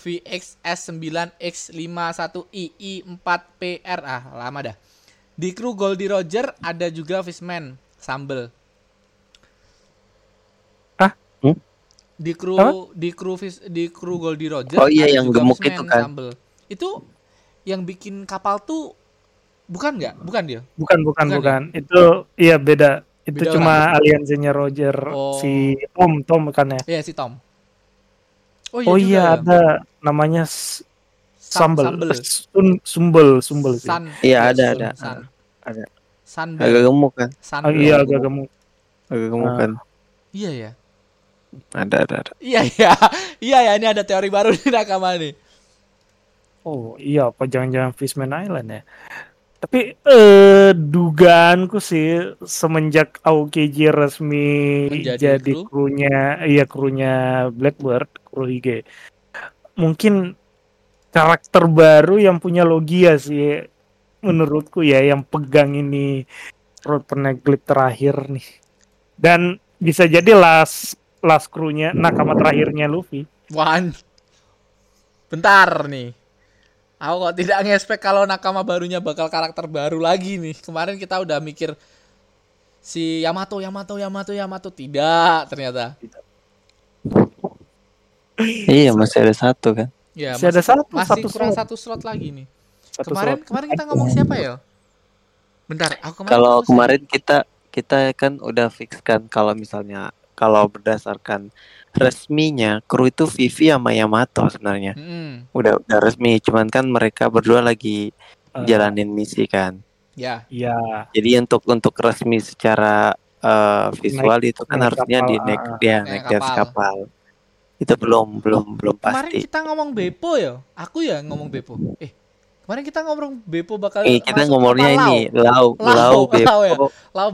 Speaker 1: VXS9X51II4PR. Lama dah. Di kru Goldie Roger ada juga Fishman Sambel. Di kru Goldie Roger
Speaker 2: ada yang
Speaker 1: juga
Speaker 2: gemuk
Speaker 1: Fishman
Speaker 2: itu kan.
Speaker 1: Sambel. Itu yang bikin kapal tuh bukan dia?
Speaker 3: Bukan. Itu iya beda. Itu cuma aliansinya Roger si Tom kan ya?
Speaker 1: Iya si Tom.
Speaker 3: Oh iya ada namanya Sambel. Sumbel sih.
Speaker 2: Iya ada. Agak gemuk kan?
Speaker 3: Iya agak gemuk.
Speaker 2: Agak gemuk kan?
Speaker 1: Iya ya.
Speaker 2: Ada.
Speaker 1: Iya ya ini ada teori baru di nakama nih.
Speaker 3: Oh iya apa jangan-jangan Fishman Island ya? Tapi dugaanku sih semenjak Aokiji resmi jadi krunya Blackbird, kru Hige. Mungkin karakter baru yang punya Logia sih menurutku ya yang pegang ini Rod Poneglyph terakhir nih. Dan bisa jadi last krunya nakama terakhirnya Luffy.
Speaker 1: Bentar nih. Aku kok tidak ngespek kalau nakama barunya bakal karakter baru lagi nih. Kemarin kita udah mikir si Yamato. Tidak ternyata.
Speaker 2: Iya masih ada satu kan.
Speaker 1: Ya, masih kurang satu slot lagi nih. Kemarin kita ngomong siapa ya? Bentar,
Speaker 2: kalau kemarin kita kan udah fix kan kalau misalnya kalau berdasarkan resminya kru itu Vivi sama Yamato sebenarnya. Udah resmi, cuman kan mereka berdua lagi jalanin misi kan.
Speaker 1: Ya.
Speaker 2: Jadi untuk resmi secara visual itu kan harusnya naik di kapal. Itu belum pasti.
Speaker 1: Kemarin kita ngomong Beppo ya? Aku ya ngomong Beppo. Kemarin kita ngomong Beppo bakal
Speaker 2: kita ngomongnya ini Lau Beppo.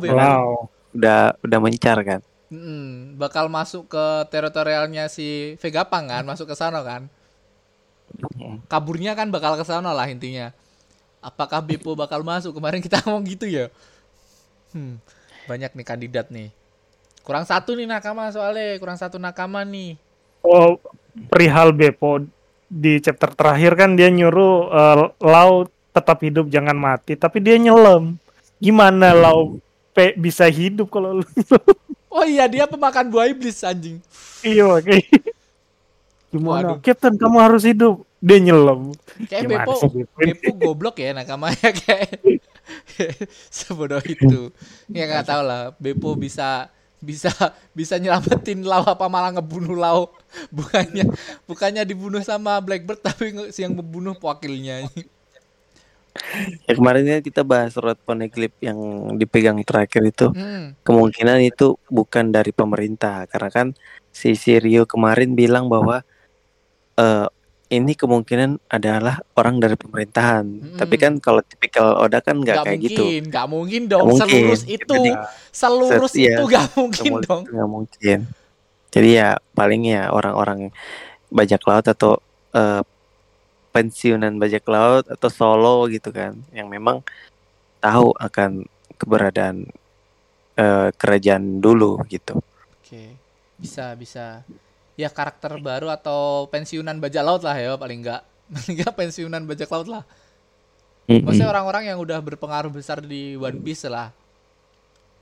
Speaker 2: Udah mencar kan.
Speaker 1: Bakal masuk ke teritorialnya si Vegapunk kan, masuk ke sana kan. Kaburnya kan bakal ke sana lah intinya. Apakah Beppo bakal masuk? Kemarin kita ngomong gitu ya. Banyak nih kandidat nih. Kurang satu nih nakama soalnya, kurang satu nakama nih.
Speaker 3: Oh, perihal Beppo di chapter terakhir kan dia nyuruh Lau tetap hidup jangan mati, tapi dia nyelam. Gimana Lau bisa hidup kalau
Speaker 1: Oh iya dia pemakan buah iblis anjing.
Speaker 3: Iya oke. Gimana? Captain kamu harus hidup. Dia nyelam.
Speaker 1: Kayak Beppo goblok ya nakamanya kayak sebodoh itu. Ya nggak tahu lah. Beppo bisa nyelamatin Lau apa malah ngebunuh Lau. Bukannya dibunuh sama Blackbird tapi yang membunuh wakilnya.
Speaker 2: Ya kemarin kita bahas Rod Poneglyph yang dipegang terakhir itu kemungkinan itu bukan dari pemerintah karena kan si Rio kemarin bilang bahwa ini kemungkinan adalah orang dari pemerintahan. Tapi kan kalau tipikal Oda kan nggak kayak gitu.
Speaker 1: Nggak mungkin dong. Selurus itu nggak mungkin dong.
Speaker 2: Nggak mungkin. Jadi ya paling ya orang-orang bajak laut atau pensiunan bajak laut atau solo gitu kan, yang memang tahu akan keberadaan kerajaan dulu gitu.
Speaker 1: Oke, bisa. Ya karakter baru atau pensiunan bajak laut lah ya paling enggak pensiunan bajak laut lah. Maksudnya orang-orang yang udah berpengaruh besar di One Piece lah.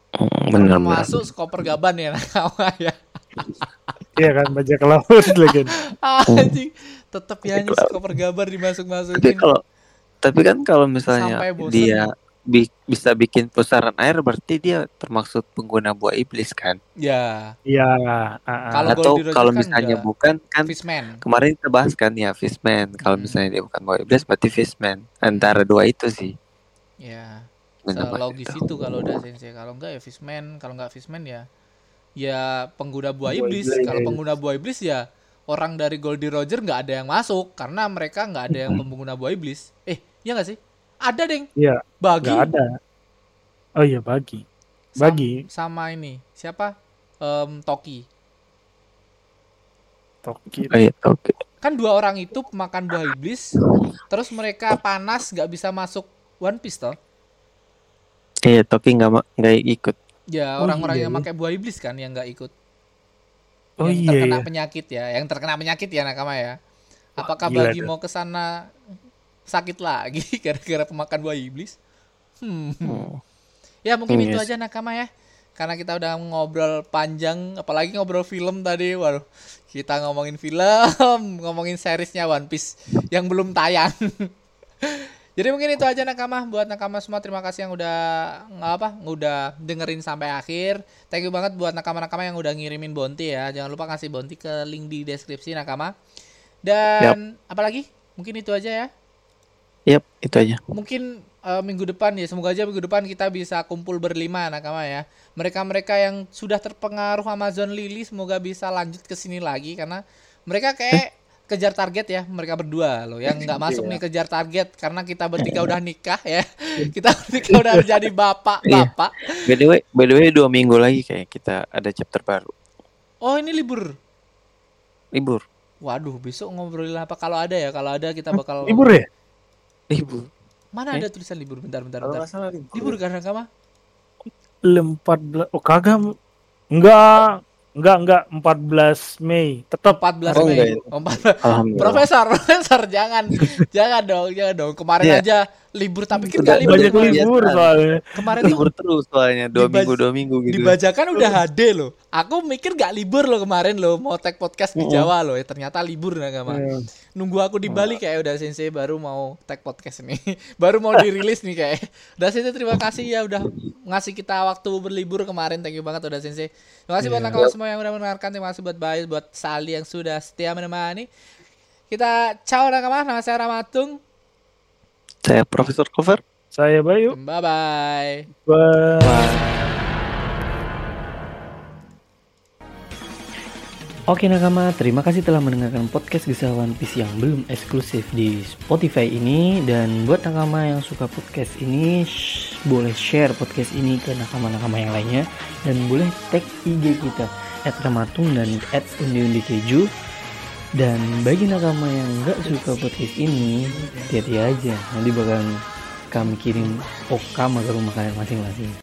Speaker 1: Termasuk Skoper Gaban ya nakama ya.
Speaker 3: Iya kan, bajak laut lagi.
Speaker 1: Anjing, tetap ya Skoper Gaban dimasuk-masukin.
Speaker 2: Tapi kan kalau misalnya dia bisa bikin pusaran air, berarti dia termasuk pengguna buah iblis kan?
Speaker 1: Ya.
Speaker 3: Iya.
Speaker 2: Atau kalau misalnya bukan kan
Speaker 1: Fishman.
Speaker 2: Kemarin kita bahas kan ya Fishman. Kalau misalnya dia bukan buah iblis, berarti Fishman. Antara dua itu sih.
Speaker 1: Ya. Logis itu kalau udah Sensei. Kalau enggak ya Fishman. Kalau enggak Fishman ya pengguna buah iblis. Kalau pengguna buah iblis ya orang dari Goldie Roger nggak ada yang masuk karena mereka nggak ada yang pengguna buah iblis. Iya nggak sih? Ada deng.
Speaker 3: Iya.
Speaker 1: Bagi.
Speaker 3: Nggak ada. Oh iya Bagi.
Speaker 1: Sama ini siapa? Toki.
Speaker 2: Toki.
Speaker 1: Kan 2 orang itu pemakan buah iblis. Terus mereka panas nggak bisa masuk One Piece toh?
Speaker 2: Iya Toki nggak ikut.
Speaker 1: Ya orang-orang yang pakai buah iblis kan yang nggak ikut.
Speaker 3: Oh
Speaker 1: yang terkena penyakit ya, yang terkena penyakit ya nakama ya. Apakah Bagi mau ke sana sakit lagi gara-gara pemakan buah iblis? Ya mungkin itu aja nakama ya. Karena kita udah ngobrol panjang, apalagi ngobrol film tadi. Waduh, kita ngomongin film, ngomongin seriesnya One Piece yang belum tayang. Jadi mungkin itu aja nakama. Buat nakama semua terima kasih yang udah dengerin sampai akhir. Thank you banget buat nakama-nakama yang udah ngirimin bounty ya. Jangan lupa kasih bounty ke link di deskripsi nakama. Dan apalagi? Mungkin itu aja ya.
Speaker 2: Itu aja.
Speaker 1: Mungkin minggu depan ya, semoga aja minggu depan kita bisa kumpul berlima nakama ya. Mereka-mereka yang sudah terpengaruh Amazon Lily semoga bisa lanjut ke sini lagi karena mereka kayak kejar target ya, mereka berdua loh yang nggak masuk nih kejar target karena kita bertiga udah nikah ya. Kita bertiga udah jadi bapak.
Speaker 2: By the way 2 minggu lagi kayak kita ada chapter baru.
Speaker 1: Oh ini libur.
Speaker 2: Waduh,
Speaker 1: besok ngobrolin apa kalau ada ya? Kalau ada kita bakal
Speaker 3: libur ya?
Speaker 2: Libur.
Speaker 1: Mana ada tulisan libur? Bentar. Libur karena kamu?
Speaker 3: 14. Oh kagak. Enggak 14 Mei. Tetap
Speaker 1: 14 Mei. Profesor jangan dong. Kemarin aja libur tapi kita libur.
Speaker 3: Banyak libur soalnya.
Speaker 1: Kemarin
Speaker 2: libur terus soalnya 2 minggu gitu.
Speaker 1: Dibacakan udah HD loh. Aku mikir gak libur loh kemarin loh mau tag podcast di Jawa loh. Ternyata libur nakama. Nunggu aku di Bali kayak udah Sensei baru mau tag podcast nih. Baru mau dirilis nih kayak. Udah Sensei terima kasih ya udah ngasih kita waktu berlibur kemarin. Thank you banget udah Sensei. Terima kasih buat nakama semua yang udah mendengarkan. Terima kasih buat Bayu, buat Sali yang sudah setia menemani. Kita ciao nakama. Nama saya Ramatung.
Speaker 2: Saya Profesor Clover.
Speaker 3: Saya Bayu.
Speaker 1: Bye.
Speaker 4: Oke nakama, terima kasih telah mendengarkan podcast Kisah One Piece yang belum eksklusif di Spotify ini. Dan buat nakama yang suka podcast ini, boleh share podcast ini ke nakama-nakama yang lainnya. Dan boleh tag IG kita @ramatung dan @undi-undi-keju. Dan bagi nakama yang gak suka podcast ini, hati-hati aja, nanti bakalan kami kirim okama ke rumah kalian masing-masing.